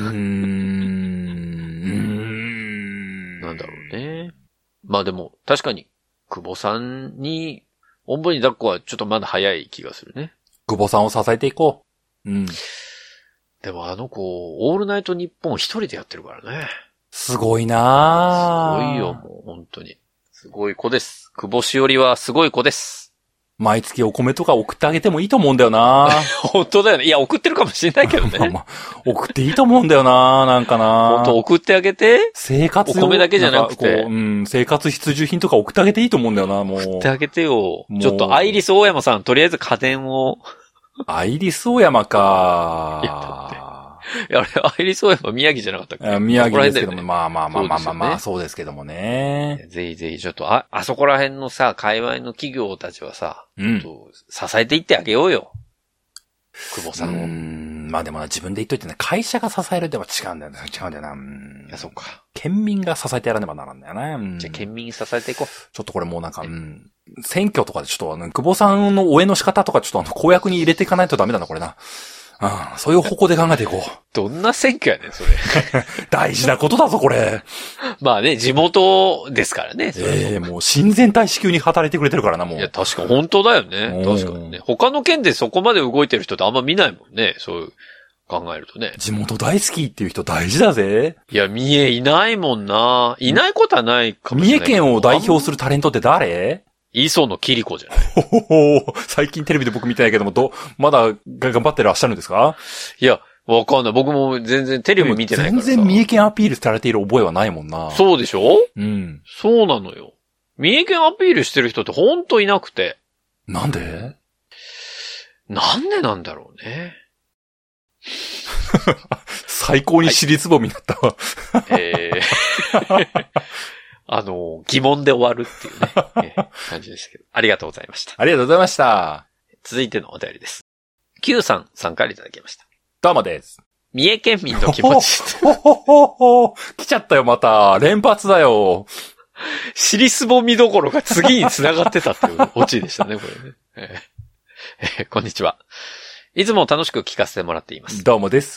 なんだろうね。まあでも、確かに、久保さんに、おんぶに抱っこはちょっとまだ早い気がするね。 久保さんを支えていこう。 でもオールナイトニッポン一人でやってるからね。 すごいなぁ。すごいよ、もう本当に。すごい子です。久保しおりはすごい子です。 毎月お米とか送ってあげてもいいと思うんだよな本当だよね。いや、送ってるかもしれないけどね。 送っていいと思うんだよななんかな本当送ってあげて。 生活お米だけじゃなくて。 生活必需品とか送ってあげていいと思うんだよな、もう。 送ってあげてよ。ちょっとアイリス大山さん、とりあえず家電を。 アイリス大山かいや、だって。いや、あれ、アイリスオーヤマ宮城じゃなかったっけ？ 宮城ですけども、まあ、そうですけどもね。 ぜひぜひ、ちょっと、あそこら辺のさ、界隈の企業たちはさ、支えていってあげようよ。久保さんを。 まあでも自分で言っといてね、会社が支えるでは違うんだよな。 いや、そうか。 県民が支えてやらねばならんだよね。 じゃあ、県民に支えていこう。 ちょっとこれもうなんか、選挙とかでちょっと久保さんの応援の仕方とかちょっと公約に入れていかないとダメだな、これな。そういう方向で考えていこう。 どんな選挙やねん、それ。 大事なことだぞ、これ。 まあね、地元ですからね。 もう親善大使級に働いてくれてるからな、もう。 いや、確か本当だよね。確かにね。他の県でそこまで動いてる人ってあんま見ないもんね。そういう考えるとね。 地元大好きっていう人大事だぜ。 いや、三重いないもんな。いないことはないかもしれない。 三重県を代表するタレントって誰？ 磯野キリコじゃない。 最近テレビで僕見てないけども、まだ頑張ってらっしゃるんですか？ いや、わかんない。僕も全然テレビ見てないからさ。 全然三重県アピールされている覚えはないもんな。 そうでしょ？そうなのよ。三重県アピールしてる人ってほんといなくて。 なんでなんだろうね。 最高に尻つぼみになったわ。 疑問で終わるっていうね、感じでしたけど。ありがとうございました。 ありがとうございました。 続いてのお便りです。Q さんからいただきました。 どうもです。 三重県民の気持ち。 来ちゃったよ、また。連発だよ。 尻すぼみどころが次に繋がってたっていうオチでしたね、これね。こんにちは。いつも楽しく聞かせてもらっています。 どうもです。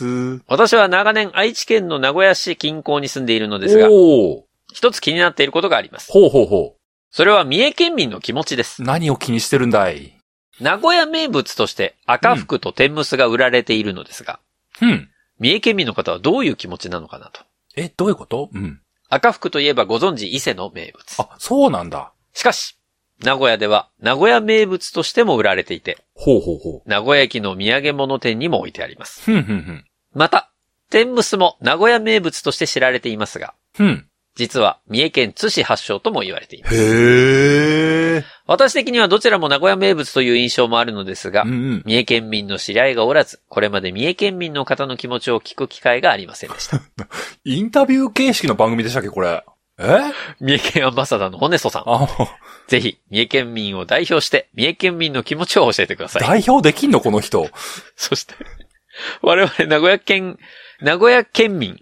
私は長年愛知県の名古屋市近郊に住んでいるのですが、一つ気になっていることがあります。それは三重県民の気持ちです。 何を気にしてるんだい？ 名古屋名物として赤福と天むすが売られているのですが、三重県民の方はどういう気持ちなのかなと。 どういうこと？ 赤福といえばご存知伊勢の名物。 あ、そうなんだ。 しかし、名古屋では名古屋名物としても売られていて、名古屋駅の土産物店にも置いてあります。また、天むすも名古屋名物として知られていますが、 実は三重県津市発祥とも言われています。 へー。 私的にはどちらも名古屋名物という印象もあるのですが、三重県民の知り合いがおらず、これまで三重県民の方の気持ちを聞く機会がありませんでした。 インタビュー形式の番組でしたっけ、これ。 三重県アンバサダーのホネソさん。ぜひ、三重県民を代表して、三重県民の気持ちを教えてください。 代表できんのこの人。 そして、我々名古屋県民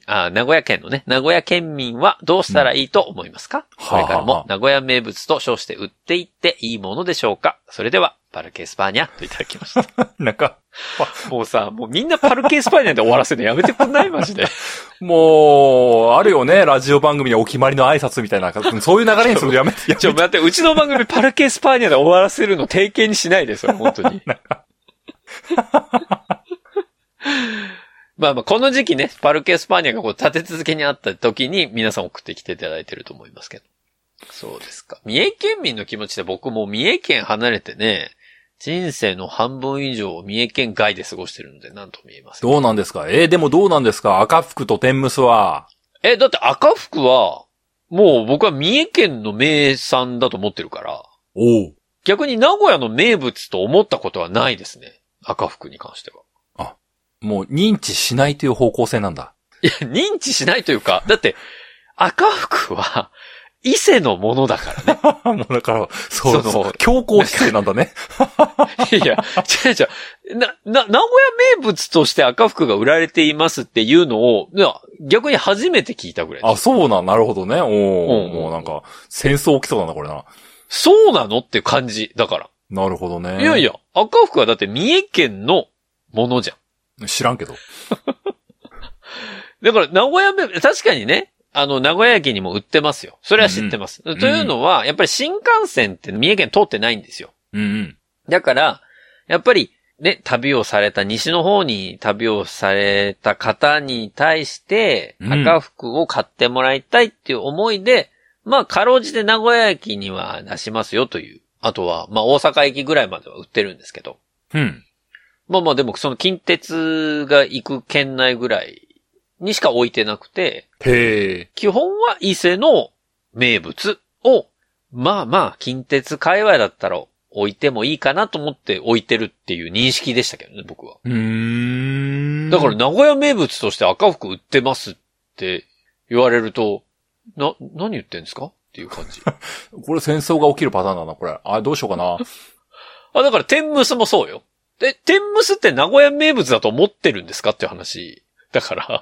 はどうしたらいいと思いますか、これからも名古屋名物と称して売っていっていいものでしょうか。それでは、パルケ・エスパーニャといただきました。 なんか、 もうさ、もうみんなパルケ・エスパーニャで終わらせるのやめてくんないマジで。 もう、あるよね、ラジオ番組でお決まりの挨拶みたいな、そういう流れにするのやめて。 待って、うちの番組パルケ・エスパーニャで終わらせるの定型にしないですよ、本当に。まあまあ、この時期ね、パルケ・エスパーニャがこう立て続けにあった時に皆さん送ってきていただいてると思いますけど。そうですか。三重県民の気持ちで僕も三重県離れてね、人生の半分以上を三重県外で過ごしてるので何とも言えません。 どうなんですか？でもどうなんですか？赤福と天むすは。 だって赤福は、もう僕は三重県の名産だと思ってるから。 おう。 逆に名古屋の名物と思ったことはないですね。赤福に関しては。 もう認知しないという方向性なんだ。 いや、認知しないというか、だって、赤福は、伊勢のものだからね。 もうだから、そう、強行姿勢なんだね。 いや、違う。名古屋名物として赤福が売られていますっていうのを、逆に初めて聞いたぐらい。 そうなるほどね。もうなんか、戦争起きそうだな、これな。 そうなのっていう感じ、だから。 なるほどね。 いや、赤福はだって三重県のものじゃん。 知らんけど。 だから名古屋名物、確かにね、名古屋駅にも売ってますよ。それは知ってます。というのは、やっぱり新幹線って三重県通ってないんですよ。だから、やっぱりね、西の方に旅をされた方に対して、赤福を買ってもらいたいっていう思いで、まあ、かろうじて名古屋駅には出しますよという。あとは、まあ、大阪駅ぐらいまでは売ってるんですけど。まあまあでもその近鉄が行く県内ぐらいにしか置いてなくて、基本は伊勢の名物を、まあまあ近鉄界隈だったら置いてもいいかなと思って置いてるっていう認識でしたけどね、僕は。だから名古屋名物として赤福売ってますって言われると、何言ってんですかっていう感じ。 これ戦争が起きるパターンだな、これ。どうしようかな。 だから天むすもそうよ。天むすって名古屋名物だと思ってるんですかっていう話。だから。まあ、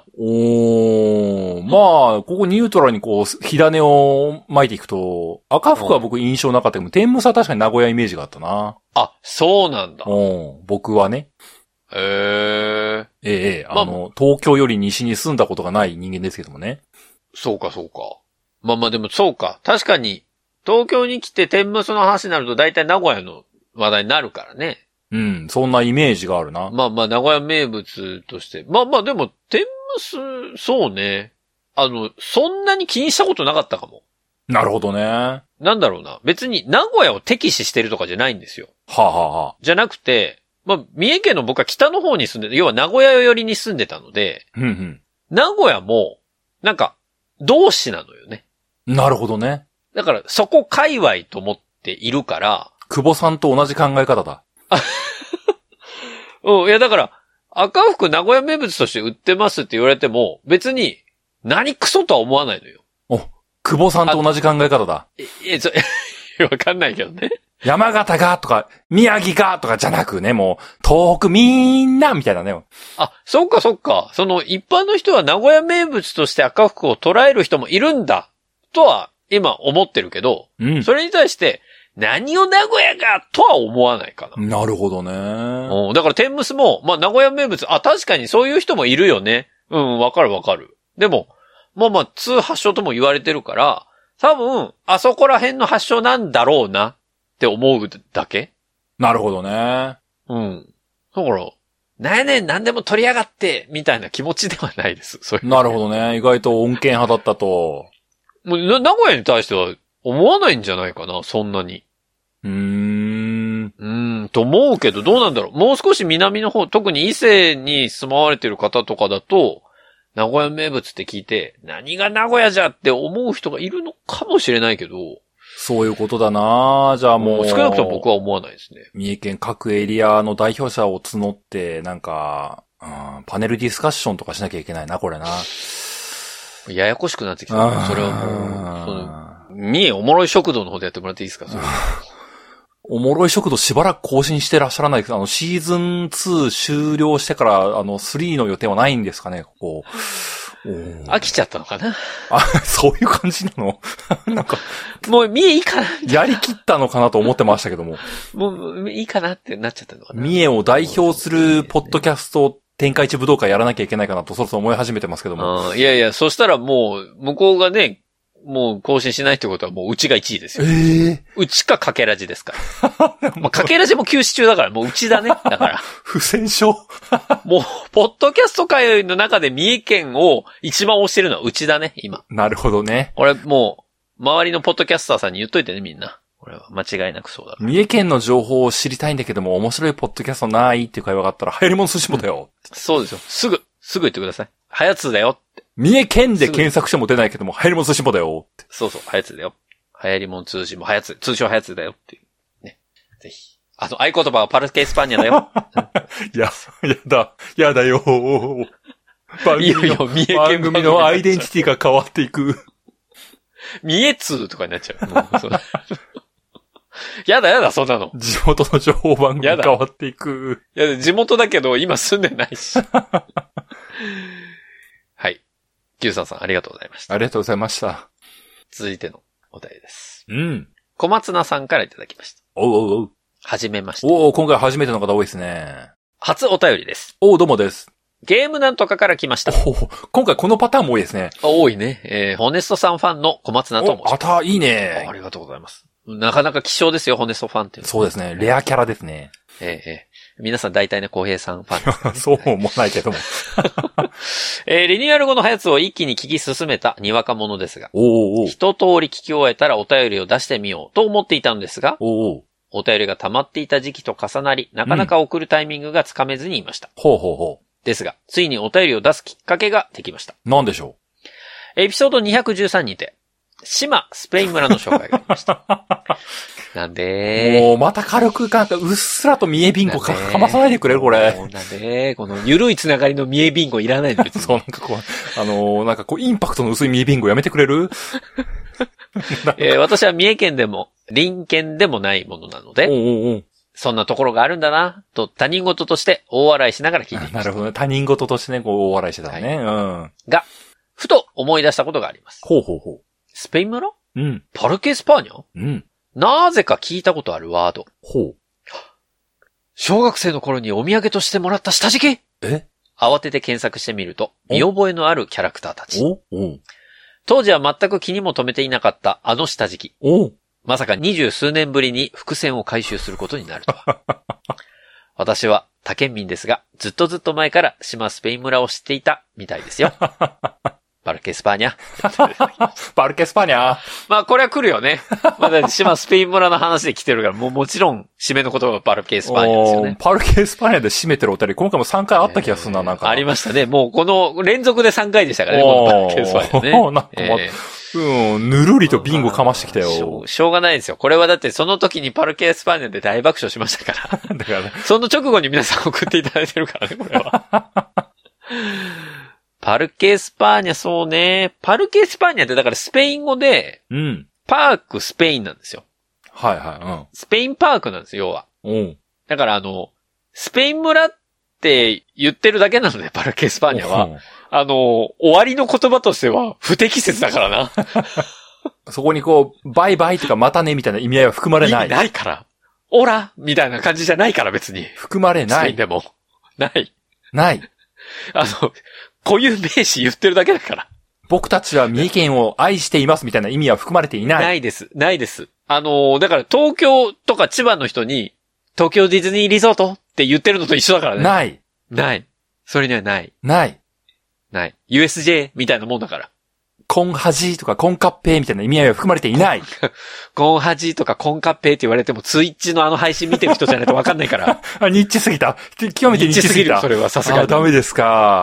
ここニュートラルにこう、火種を巻いていくと、赤福は僕印象なかったけど、天むすは確かに名古屋イメージがあったな。 そうなんだ。 僕はね。東京より西に住んだことがない人間ですけどもね。 そうか。まあでもそうか。確かに、東京に来て天むすの話になると大体名古屋の話題になるからね。 そんなイメージがあるな。 まあまあ、名古屋名物として。まあまあ、でも、天むす、そうね。そんなに気にしたことなかったかも。 なるほどね。 なんだろうな。別に名古屋を敵視してるとかじゃないんですよ。じゃなくて、まあ、三重県の僕は北の方に住んでて、要は名古屋寄りに住んでたので、名古屋も、なんか、同志なのよね。 なるほどね。 だから、そこ界隈と思っているから。 久保さんと同じ考え方だ。 いやだから、赤福名古屋名物として売ってますって言われても、別に、何クソとは思わないのよ。 久保さんと同じ考え方だ。 わかんないけどね。 山形がとか、宮城がとかじゃなくね、もう、東北みんなみたいなね。 そっか。その一般の人は名古屋名物として赤福を捉える人もいるんだ、とは今思ってるけど、それに対して、何を名古屋がとは思わないかな。 なるほどね。 だから天むすも、まあ名古屋名物、確かにそういう人もいるよね。わかる。でも、まあ通発祥とも言われてるから、多分、あそこら辺の発祥なんだろうなって思うだけ。 なるほどね。 だから、なんやねん何でも取りやがって、みたいな気持ちではないです。 なるほどね。意外と穏健派だったと。 もう名古屋に対しては思わないんじゃないかな、そんなに。と思うけど、どうなんだろう。もう少し南の方、特に伊勢に住まわれてる方とかだと、 名古屋名物って聞いて、何が名古屋じゃって思う人がいるのかもしれないけど、 そういうことだな。じゃあもう。 少なくとも僕は思わないですね。 三重県各エリアの代表者を募って、なんか、パネルディスカッションとかしなきゃいけないな、これな。 ややこしくなってきた。それはもう、三重おもろい食堂の方でやってもらっていいですか？それおもろい食堂しばらく更新してらっしゃらないけど、シーズン2終了してから、3の予定はないんですかね、ここ。 飽きちゃったのかな？ そういう感じなの？なんか。 もう三重いいかな？ やりきったのかなと思ってましたけども。 もういいかなってなっちゃったのかな？ 三重を代表するポッドキャスト天下一武道会やらなきゃいけないかなとそろそろ思い始めてますけども。 いやいや、そしたらもう、向こうがね、もう更新しないってことはもううちが1位ですよ。うちかかけらじですから。まあ、かけらじも休止中だからもううちだね。だから。 不戦勝もう、ポッドキャスト界の中で三重県を一番推してるのはうちだね、今。 なるほどね。 俺もう、周りのポッドキャスターさんに言っといてね、みんな。これは間違いなくそうだ。 三重県の情報を知りたいんだけども、面白いポッドキャストないっていう会話があったら、流行り物寿司もだよ。 そうですよ。すぐ言ってください。はやつだよって。 三重県で検索しても出ないけども、流行り物寿司もだよって。 そうそう、はやつだよ。流行り物通信もはやつ、通称はやつだよっていう。ね。ぜひ。合言葉はパルケ・エスパーニャだよ。 やだよ。番組のアイデンティティが変わっていく。 三重通とかになっちゃう。やだ、そんなの。 地元の情報番組変わっていく。 いや、地元だけど今住んでないし。はい。Qさんありがとうございました。 ありがとうございました。 続いてのお題です。 うん。 小松菜さんからいただきました。 おう。 はじめまして。 今回初めての方多いですね。 初お便りです。 どうもです。 ゲームなんとかから来ました。 今回このパターンも多いですね。 多いね。ホネストさんファンの小松菜と申します。 いいね。 ありがとうございます。なかなか希少ですよ、ホネストファンっていうのは。 そうですね。レアキャラですね。 皆さん大体ね、浩平さんファンです、ね。 そうもないけども。 リニューアル後のハヤツを一気に聞き進めたにわかものですが、一通り聞き終えたらお便りを出してみようと思っていたのですが、お便りが溜まっていた時期と重なり、なかなか送るタイミングがつかめずにいました。ですが、ついにお便りを出すきっかけができました。 何でしょう？エピソード213にて、島スペイン村の紹介がありました。なんでもうまた軽くうっすらと三重ビンゴかまさないでくれるこれ。 なんでこのゆるいつながりの三重ビンゴいらないの別に。 そう、なんかインパクトの薄い三重ビンゴやめてくれる？ 私は三重県でも隣県でもないものなので、そんなところがあるんだな、と他人事として大笑いしながら聞いていました。 なるほどね。他人事としてね、大笑いしてたね。 が、ふと思い出したことがあります。スペイン村？パルケ・エスパーニャ？なぜか聞いたことあるワード。小学生の頃にお土産としてもらった下敷き？慌てて検索してみると、見覚えのあるキャラクターたち。当時は全く気にも留めていなかったあの下敷き。まさか20数年ぶりに伏線を回収することになるとは。私は他県民ですが、ずっと前から島スペイン村を知っていたみたいですよ。パルケ・エスパーニャ。 パルケ・エスパーニャ。 まあこれは来るよね。まあだって島スペイン村の話で来てるから、もちろん締めの言葉はパルケ・エスパーニャですよね。 パルケ・エスパーニャで締めてるお便り、今回も3回あった気がするな、なんか。 ありましたね。もうこの連続で3回でしたからね、このパルケ・エスパーニャね。 なんかぬるりとビンゴかましてきたよ。 しょうがないですよ。これはだってその時にパルケ・エスパーニャで大爆笑しましたから。だからね。その直後に皆さん送っていただいてるからね、これは。パルケ・エスパーニャ、そうね。パルケ・エスパーニャってだからスペイン語で、パークスペインなんですよ。スペインパークなんですよ、要は。だからスペイン村って言ってるだけなので、パルケ・エスパーニャは。終わりの言葉としては不適切だからな。 そこにバイバイとかまたねみたいな意味合いは含まれない。 意味ないから。オラみたいな感じじゃないから別に。 含まれない。スペインでも。ない。 ない。 固有名詞言ってるだけだから。 僕たちは三重県を愛していますみたいな意味は含まれていない。 ないです。ないです。だから東京とか千葉の人に、東京ディズニーリゾートって言ってるのと一緒だからね。 ない。 ない。それにはない。 ない。 ない。USJ みたいなもんだから。 コンハジとかコンカッペイみたいな意味合いは含まれていない。 コンハジとかコンカッペイって言われてもツイッチの配信見てる人じゃないと分かんないから。 ニッチすぎた。極めてニッチすぎた。 それはさすがに。 ダメですか。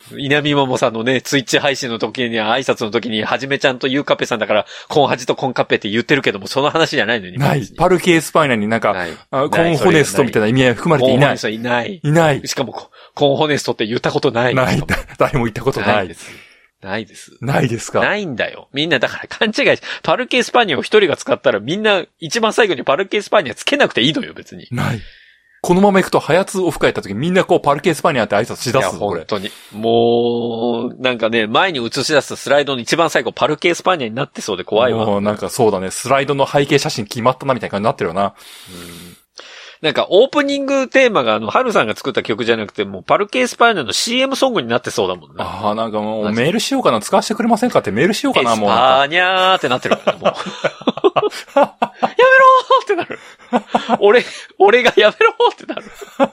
稲見桃さんのね、ツイッチ配信の時に、挨拶の時に、はじめちゃんとユーカッペさんだから、コンハジとコンカッペって言ってるけども、その話じゃないのに。 ない。パルケースパイナになんか、コンホネストみたいな意味合い含まれていない。コンホネストいない。 いない。 しかも、コンホネストって言ったことない。 ない。誰も言ったことない。 ないです。ないです。 ないですか。 ないんだよ。みんなだから勘違いし、パルケースパーニャを一人が使ったらみんな一番最後にパルケースパーニャつけなくていいのよ、別に。 ない。このまま行くと、ハヤツオフ会やった時みんなこうパルケースパーニャって挨拶しだすの、これ。 本当に。もう、なんかね、前に映し出すスライドの一番最後、パルケースパーニャになってそうで怖いわ。 もうなんかそうだね、スライドの背景写真決まったなみたいな感じになってるよな。 なんか、オープニングテーマがハルさんが作った曲じゃなくて、もうパルケースパーニャの CM ソングになってそうだもんな。 ああ、なんかもうメールしようかな、使わせてくれませんかってメールしようかな、もう。 パーニャーってなってるから、もう。やめろーってなる。俺がやめろーってなる。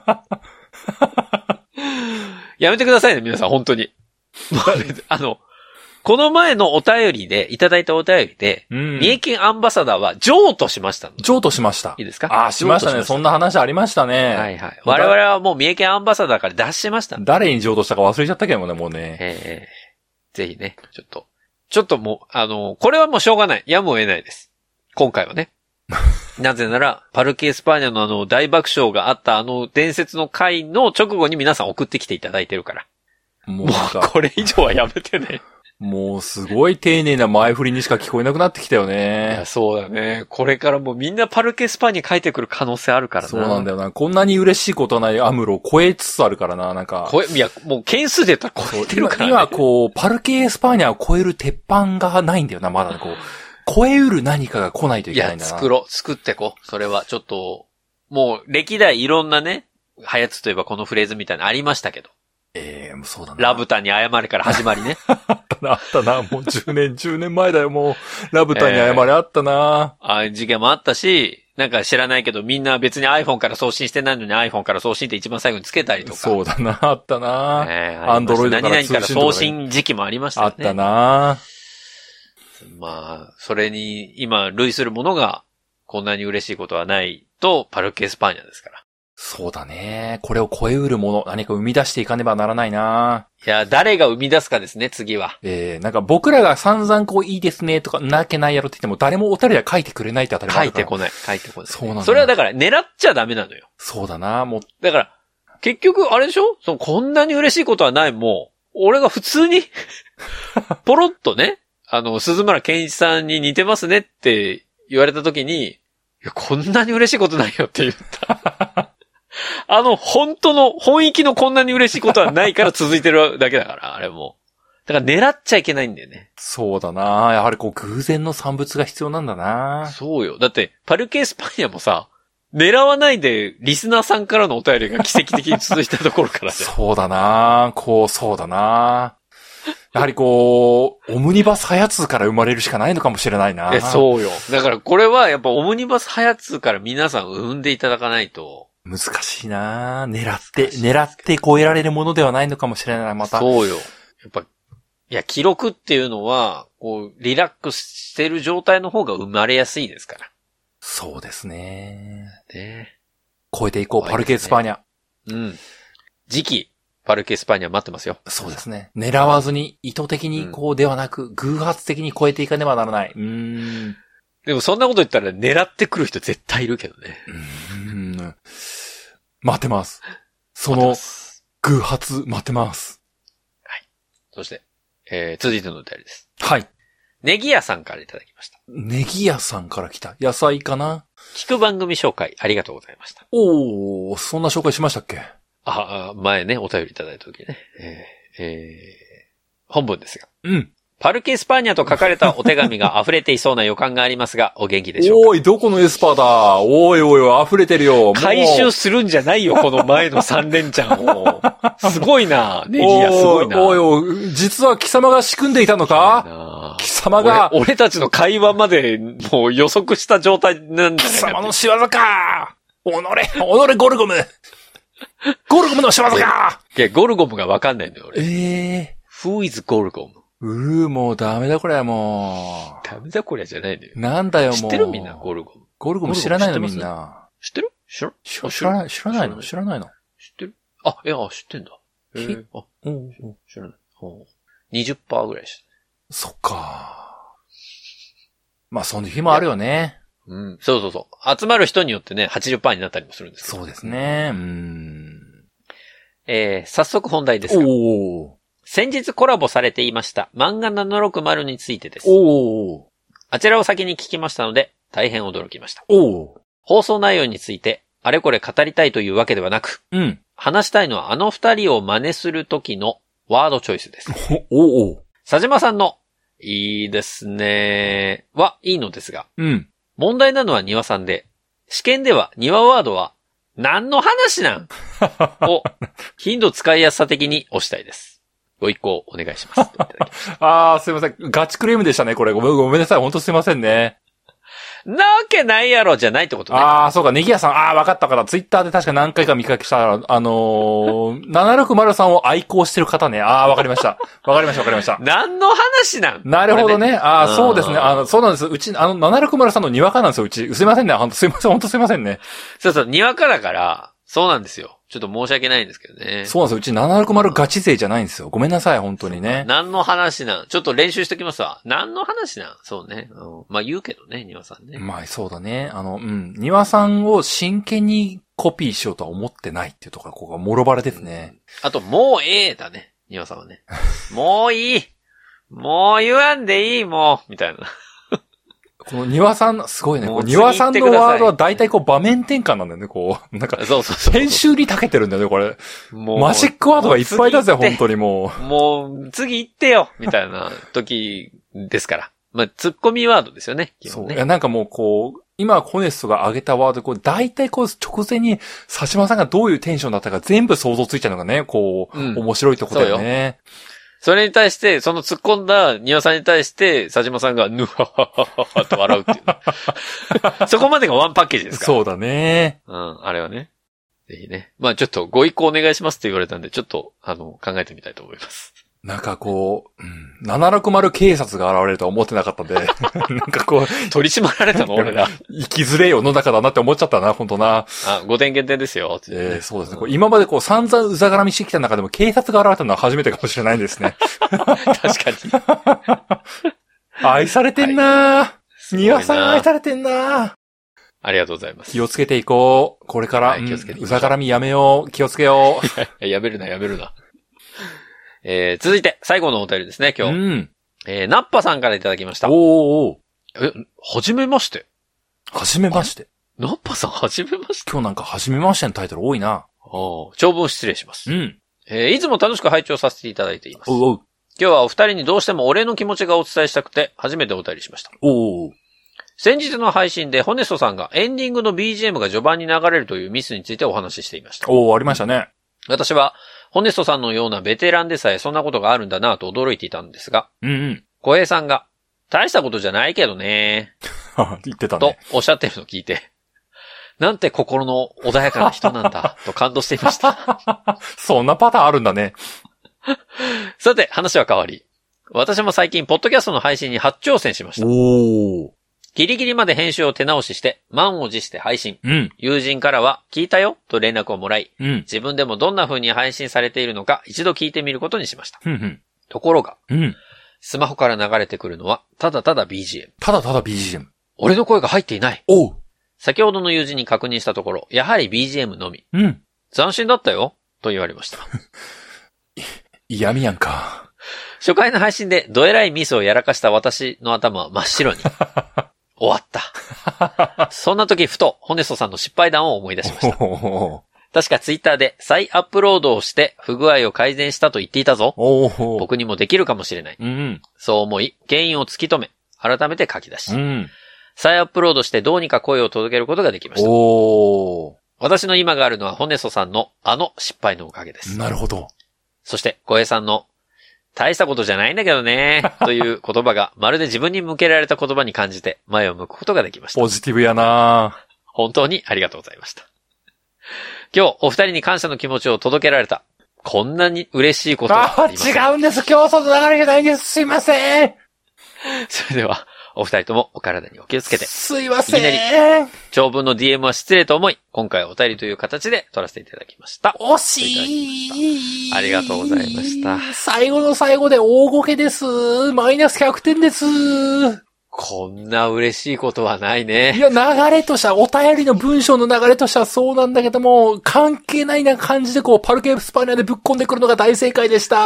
やめてくださいね、皆さん、本当に。この前のお便りで、いただいたお便りで、三重県アンバサダーは譲渡しました。 譲渡しました。 いいですか？ ああ、しましたね。そんな話ありましたね。 はいはい。我々はもう三重県アンバサダーから脱しました。 誰に譲渡したか忘れちゃったけどね、もうね。 ぜひね、ちょっともう、これはもうしょうがない。やむを得ないです。今回はね。なぜなら、パルケースパーニャの大爆笑があった伝説の回の直後に皆さん送ってきていただいてるから。もうこれ以上はやめてね。 もうすごい丁寧な前振りにしか聞こえなくなってきたよね。 いや、そうだね。これからもうみんなパルケースパーニャ書いてくる可能性あるからな。 そうなんだよな。こんなに嬉しいことはないアムロを超えつつあるからな、なんか。 いや、もう件数で言ったら超えてるからね。 今こう、パルケースパーニャを超える鉄板がないんだよな、まだこう。超えうる何かが来ないといけないんだな。 いや、作ってこう。それはちょっと、もう歴代いろんなね、はやつといえばこのフレーズみたいなのありましたけど。 そうだな。 ラブタに謝れから始まりね。 あったな。もう10年前だよ、もう。ラブタに謝れあったな。 ああいう事件もあったし、なんか知らないけどみんな別に iPhone から送信してないのに iPhone から送信って一番最後につけたりとか。 そうだな、あったな。Android から何々から送信時期もありましたね。 あったな。 まあ、それに今類するものがこんなに嬉しいことはないとパルケースパーニャですから。 そうだね。これを超えうるもの、何か生み出していかねばならないな。 いや、誰が生み出すかですね、次は。 なんか僕らが散々こういいですねとか、なわけないやろって言っても誰もお便りは書いてくれないって当たり前だから。 書いてこない。 そうなんだ。 それはだから狙っちゃダメなのよ。 そうだな、もう。 だから、結局、あれでしょ？こんなに嬉しいことはないもん。俺が普通に、ポロッとね、鈴村健一さんに似てますねって言われた時に、いや、こんなに嬉しいことないよって言った。本域のこんなに嬉しいことはないから続いてるだけだから、あれも。だから狙っちゃいけないんだよね。 そうだな。やはりこう偶然の産物が必要なんだな。 そうよ。だって、パルケースパンヤもさ、狙わないでリスナーさんからのお便りが奇跡的に続いたところからそうだな。そうだな。やはりこう、オムニバスハヤツから生まれるしかないのかもしれないな。 そうよ。だからこれはやっぱオムニバスハヤツから皆さん生んでいただかないと。 難しいな。狙って超えられるものではないのかもしれない、また。 そうよ。やっぱ、いや、記録っていうのは、こう、リラックスしてる状態の方が生まれやすいですから。 そうですね。 ね。 超えていこう、パルケースパーニャ。 うん。次期、パルケースパーニャ待ってますよ。 そうですね。狙わずに、意図的にこうではなく、偶発的に超えていかねばならない。 でもそんなこと言ったら狙ってくる人絶対いるけどね。 待ってます。その、偶発待ってます。 はい。そして、続いてのお便りです。 はい。 ネギ屋さんからいただきました。 ネギ屋さんから来た。野菜かな？ 聞く番組紹介ありがとうございました。 そんな紹介しましたっけ？ 前ね、お便りいただいた時ね。本文ですが。パルケースパーニャと書かれたお手紙が溢れていそうな予感がありますが、お元気でしょうか？ おい、どこのエスパーだ？おい、溢れてるよ。 回収するんじゃないよ、この前の3連チャンを。すごいな、ネギ屋すごいな。 おい、実は貴様が仕組んんでいたのか？貴様が。 俺たちの会話までもう予測した状態なんだよ。 貴様の仕業か！己ゴルゴム！ゴルゴムの仕業か！ いや、ゴルゴムがわかんないんだよ、俺。Who is ゴルゴム？ もうダメだこれはもう。 ダメだこれじゃないんだよ。 なんだよもう。 知ってるみんな、ゴルゴム。 ゴルゴム知らないのみんな。 知ってる？ 知らないの知らないの知ってる？知ってんだ。 あ、知らない。20% ぐらいでした。 そっか。まあ、その日もあるよね。 うん。そう。集まる人によってね、80% になったりもするんですけど。 そうですね。 早速本題ですが。先日コラボされていました漫画760についてです。あちらを先に聞きましたので、大変驚きました。放送内容について、あれこれ語りたいというわけではなく、話したいのはあの二人を真似する時のワードチョイスです。佐島さんの、いいですねはいいのですが、問題なのは庭さんで、試験では庭ワードは何の話なんを頻度使いやすさ的に押したいです。ご一行お願いします。 すいません。ガチクレームでしたね、これ。ごめんなさい。ほんとすいませんね。 なわけないやろじゃないってことね。 そうか、ネギ屋さん。わかったから。ツイッターで確か何回か見かけした、760さんを愛好してる方ね。わかりました。わかりました。 何の話なんなるほどね。そうですね。そうなんです。うち、760さんのにわかなんですよ、うち。すいませんね。ほんとすいませんね。 そう、にわかだから、そうなんですよ。ちょっと申し訳ないんですけどね。 そうなんですよ。うち760ガチ勢じゃないんですよ。ごめんなさい、本当にね。 何の話なん？ちょっと練習しときますわ。何の話なん？そうね。まあ言うけどね、庭さんね。 まあそうだね。庭さんを真剣にコピーしようとは思ってないっていうところが、ここがもろバレですね。 あと、もうだね。庭さんはね。もういい。もう言わんでいい、もう。みたいな。 この庭さん、すごいね。庭さんのワードは大体場面転換なんだよね、なんか。 そう。 編集に長けてるんだよね、これ。マジックワードがいっぱいだぜ、本当にもう。 もう、次行ってよみたいな時ですから。まあ、ツッコミワードですよね。 そう。いや、なんかもう今コネストが挙げたワード、大体直前に、佐島さんがどういうテンションだったか全部想像ついちゃうのがね、面白いってことだよね。 それに対して、その突っ込んだ庭さんに対して、佐島さんが、ぬははははと笑うっていう。そこまでがワンパッケージですから。 そうだね。 あれはね。ぜひね。まあちょっとご意向お願いしますって言われたんで、ちょっと、考えてみたいと思います。 なんか760警察が現れるとは思ってなかったんで、なんか取り締まられたの俺ら。 生きづれえ世の中だなって思っちゃったな、ほんとな。 5点減点ですよ。 そうですね。今まで散々うざがらみしてきた中でも警察が現れたのは初めてかもしれないんですね。 確かに。愛されてんな庭さん愛されてんなありがとうございます。 気をつけていこう。これから、うざがらみやめよう。気をつけよう。やめるな。続いて、最後のお便りですね、今日。ナッパさんからいただきました。はじめまして。 はじめまして。 ナッパさん、はじめまして。 今日なんか、はじめましてのタイトル多いな。 長文失礼します。いつも楽しく拝聴させていただいています。今日はお二人にどうしてもお礼の気持ちがお伝えしたくて、初めてお便りしました。先日の配信で、ホネストさんがエンディングの BGM が序盤に流れるというミスについてお話ししていました。 ありましたね。 私は、ホネストさんのようなベテランでさえそんなことがあるんだなと驚いていたんですが、小平さんが、大したことじゃないけどね。 言ってたね。 とおっしゃってるのを聞いて、なんて心の穏やかな人なんだ、と感動していました。 そんなパターンあるんだね。 さて、話は変わり、私も最近、ポッドキャストの配信に初挑戦しました。ギリギリまで編集を手直しして、満を持して配信。友人からは、聞いたよと連絡をもらい、自分でもどんな風に配信されているのか一度聞いてみることにしました。ところが、スマホから流れてくるのは、ただただ BGM。 ただただ BGM。 俺の声が入っていない。先ほどの友人に確認したところ、やはり BGM のみ。斬新だったよ、と言われました。 嫌味やんか。 初回の配信でドエライミスをやらかした私の頭は真っ白に。終わった。そんな時ふとホネストさんの失敗談を思い出しました。確かツイッターで再アップロードをして不具合を改善したと言っていたぞ。僕にもできるかもしれない。そう思い、原因を突き止め、改めて書き出し。再アップロードしてどうにか声を届けることができました。私の今があるのはホネストさんの失敗のおかげです。 なるほど。 そして小平さんの大したことじゃないんだけどね、という言葉がまるで自分に向けられた言葉に感じて前を向くことができました。 ポジティブやな本当にありがとうございました。今日お二人に感謝の気持ちを届けられた。こんなに嬉しいことはありません。 違うんです。今日その流れじゃないんです。すいません。 それでは、 お二人ともお体にお気をつけて。 すいません。 いきなり長文の DM は失礼と思い、今回お便りという形で取らせていただきました。 惜しい。 ありがとうございました。 最後の最後で大ごけです。マイナス100点です。 こんな嬉しいことはないね。 いや、流れとしては、お便りの文章の流れとしてはそうなんだけども、関係ないな感じでこう、パルケ・スパニアでぶっ込んでくるのが大正解でした。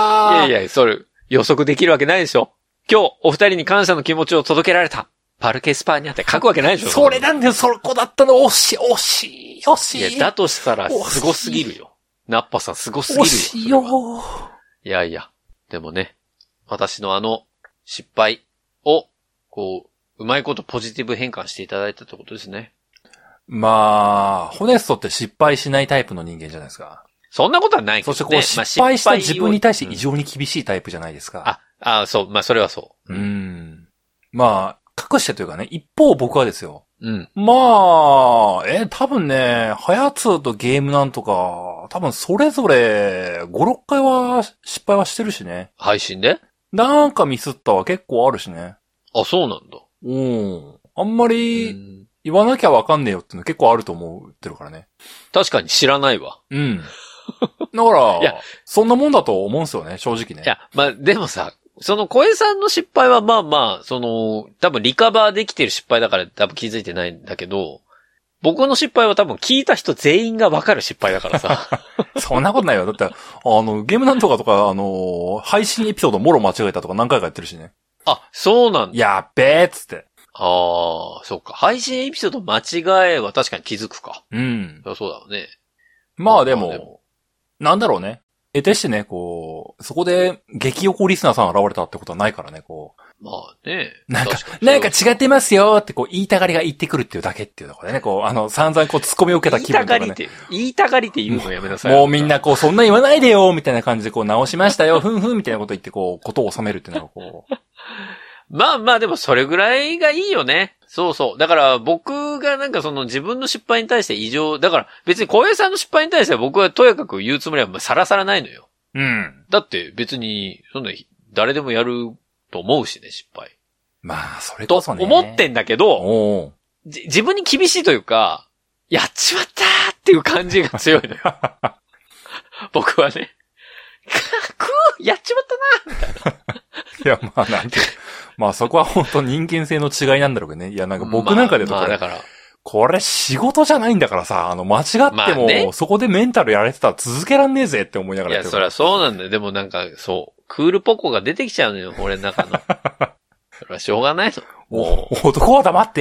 いやいや、それ、予測できるわけないでしょ。今日、お二人に感謝の気持ちを届けられた。パルケ・スパニアって書くわけないでしょ。 それなんだよ、そこだったの、惜しい。 いや、だとしたら、すごすぎるよ。ナッパさん、すごすぎるよ。惜しいよ。 いやいや、でもね、私の失敗を、こう、うまいことポジティブ変換していただいたってことですね。 まあ、ホネストって失敗しないタイプの人間じゃないですか。 そんなことはないけどね。 そしてこう、失敗した自分に対して異常に厳しいタイプじゃないですか。 そう、それはそう。 まあ、隠してというかね、一方僕はですよ。まあ、多分ね、ハヤツとゲームなんとか、多分それぞれ5、6回は失敗はしてるしね。 配信で？ なんかミスったは結構あるしね。 あ、そうなんだ。 あんまり言わなきゃわかんねえよっての結構あると思ってるからね。 確かに知らないわ。 だから、そんなもんだと思うんすよね、正直ね。 いや、でもさ、その小江さんの失敗は多分リカバーできてる失敗だから多分気づいてないんだけど、僕の失敗は多分聞いた人全員がわかる失敗だからさ。 そんなことないよ。だって、ゲームなんとかとか、配信エピソードもろ間違えたとか何回かやってるしね。 あ、そうなんだ。 やっべーっつって。 そうか。配信エピソード間違えは確かに気づくか。そうだろうね。 まあでも、なんだろうね。得てしてね、こう、そこで激横リスナーさん現れたってことはないからね、こう。 まあね。 なんか違ってますよってこう言いたがりが言ってくるっていうだけっていうところでね、こう、散々こう突っ込みを受けた気分とかね。 言いたがりって言うのやめなさい。 もうみんなこう、そんな言わないでよみたいな感じでこう直しましたよ、ふんふんみたいなこと言ってこう、ことを収めるっていうのがこう。 まあでもそれぐらいがいいよね。そうそう。だから僕がなんかその自分の失敗に対して異常、だから別に小江さんの失敗に対しては僕はとやかく言うつもりはさらさらないのよ。だって別に、そんな誰でもやると思うしね、失敗。 まあ、それこそね。 と思ってんだけど、自分に厳しいというか、やっちまったーっていう感じが強いのよ。僕はね。やっちまったなーみたいな。 いや、まあなんて。まあそこは本当人間性の違いなんだろうけどね。いや、なんか僕なんかでとこれ、 だからこれ仕事じゃないんだからさ、間違っても、そこでメンタルやれてたら続けらんねえぜって思いながら。 いや、そりゃそうなんだよ。でもなんか、そう、クールポコが出てきちゃうのよ、俺の中の。それはしょうがないの。 男は黙って、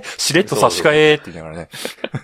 しれっと差し替えって言いながらね。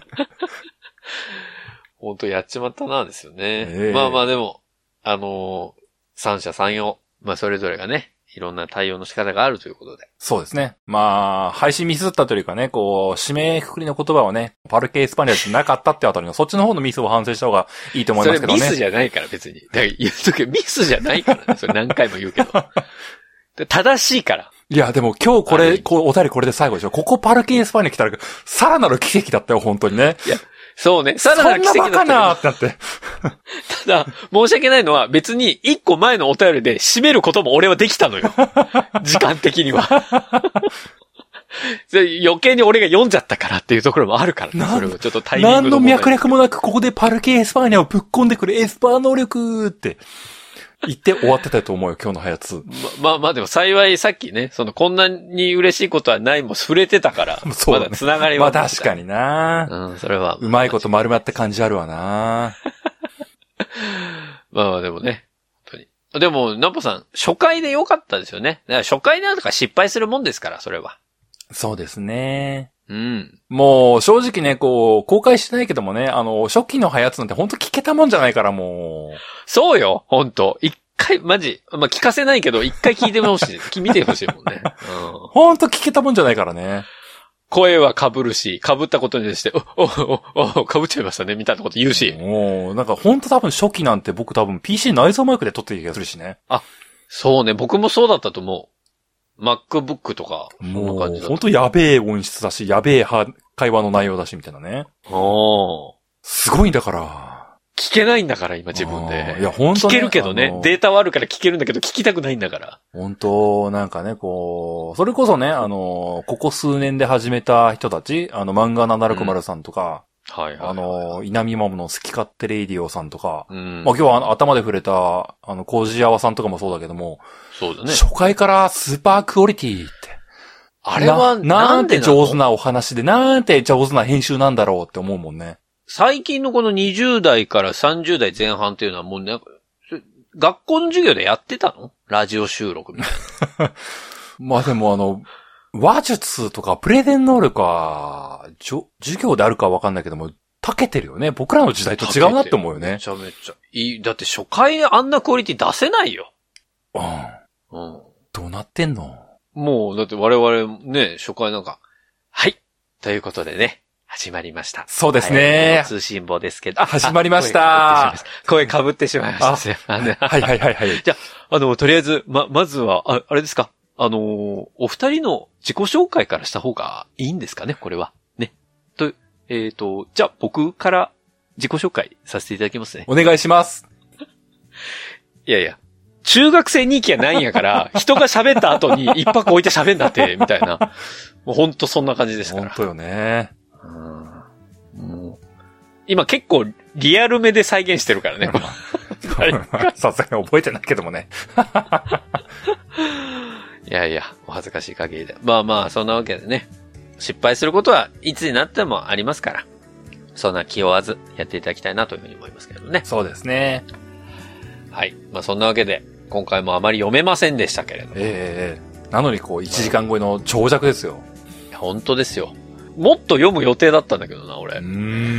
ほんとやっちまったな、ですよね。まあでも、三者三様、それぞれがね、いろんな対応の仕方があるということで。 そうですね。まあ、配信ミスったというかね、こう、締めくくりの言葉をね、パルケ・スパニアじゃなかったってあたりの、そっちの方のミスを反省した方がいいと思いますけどね。 それミスじゃないから別に。だから言うときミスじゃないからね。それ何回も言うけど。正しいから。 いや、でも今日これ、お便りこれで最後でしょ。ここパルケ・スパニア来たら、さらなる奇跡だったよ、本当にね。 いや、そうね。さらなる奇跡だった。 そんなバカなーってなって。 ただ、申し訳ないのは別に一個前のお便りで締めることも俺はできたのよ。時間的には。余計に俺が読んじゃったからっていうところもあるからね。それをちょっとタイミング何の脈略もなくここでパルケ・エスパーニャをぶっ込んでくるエスパー能力って言って終わってたと思うよ、今日のハヤツ。 まあでも幸いさっきね、こんなに嬉しいことはないも触れてたから。 そうだね。 まだ繋がりは。 まあ確かにな。 それは。 うまいこと丸まった感じあるわな。 まあでもね。本当に。でも、ナンポさん、初回で良かったですよね。だから初回なんとか失敗するもんですから、それは。 そうですね。もう、正直ね、こう、公開してないけどもね、初期のハヤツなんてほんと聞けたもんじゃないから、もう。 そうよ、ほんと。一回、マジ。聞かせないけど、一回聞いてほしい。見てほしいもんね。 ほんと聞けたもんじゃないからね。 声は被るし、被ったことにして、被っちゃいましたね、みたいなこと言うし。 なんかほんと多分初期なんて僕多分 PC 内蔵マイクで撮ってる気がするしね。 あ、そうね、僕もそうだったと思う。MacBook とか、 そんな感じだ。ほんとやべえ音質だし、やべえ会話の内容だし、みたいなね。すごいんだから。 聞けないんだから、今自分で。 いや、本当に。 聞けるけどね。データはあるから聞けるんだけど、聞きたくないんだから。 本当なんかね、こう、それこそね、ここ数年で始めた人たち、漫画760さんとか、 はいはい。 稲見マムの好き勝手レイディオさんとか、 うん。 まあ今日は頭で触れた、コージアワさんとかもそうだけども、 そうだね。 初回からスーパークオリティって。 あれはなんて上手なお話で、なんて上手な編集なんだろうって思うもんね。 最近のこの20代から30代前半っていうのはもうね、学校の授業でやってたの？ラジオ収録みたいな。 まあでも話術とかプレゼン能力は、授業であるかわかんないけども、長けてるよね。僕らの時代と違うなって思うよね。 めちゃめちゃいい。だって初回であんなクオリティ出せないよ。 うん。どうなってんの？ もう、だって我々ね、初回なんか、はい。ということでね。始まりました。 そうですね。 通信簿ですけど。 始まりました。 声被ってしまいました。 はいはいはいはい。 じゃあ、とりあえず、まずは、あれですか。お二人の自己紹介からした方がいいんですかね、これは。ね。じゃあ、僕から自己紹介させていただきますね。 お願いします。 いやいや。中学生2期はないんやから、人が喋った後に一泊置いて喋んなって、みたいな。もうほんとそんな感じですから。 ほんとよね。 今結構リアルめで再現してるからね。 さすがに覚えてないけどもね。 いやいや、お恥ずかしい限りで。まあまあ、そんなわけでね。失敗することはいつになってもありますから。そんな気負わずやっていただきたいなというふうに思いますけどね。 そうですね。 はい。まあそんなわけで、今回もあまり読めませんでしたけれども。 なのに1時間超えの長尺ですよ。 本当ですよ。もっと読む予定だったんだけどな、俺。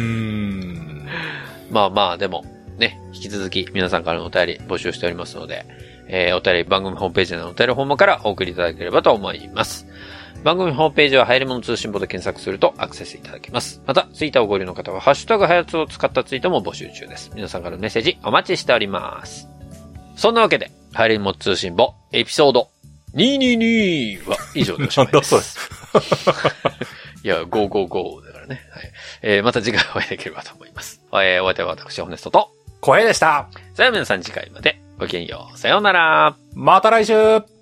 まあまあ、でも、ね、引き続き皆さんからのお便り募集しておりますので、お便り番組ホームページのお便りフォームからお送りいただければと思います。番組ホームページは流行り物通信簿で検索するとアクセスいただけます。また、ツイッターをご利用の方はハッシュタグはやつを使ったツイートも募集中です。皆さんからのメッセージお待ちしております。そんなわけで、流行り物通信簿エピソード222は以上でおしまいです。いや、555だからね。はい。また次回お会いできればと思います。お相手は私、ホネストと、 小平でした。 それでは皆さん次回までごきげんよう。さようなら。 また来週。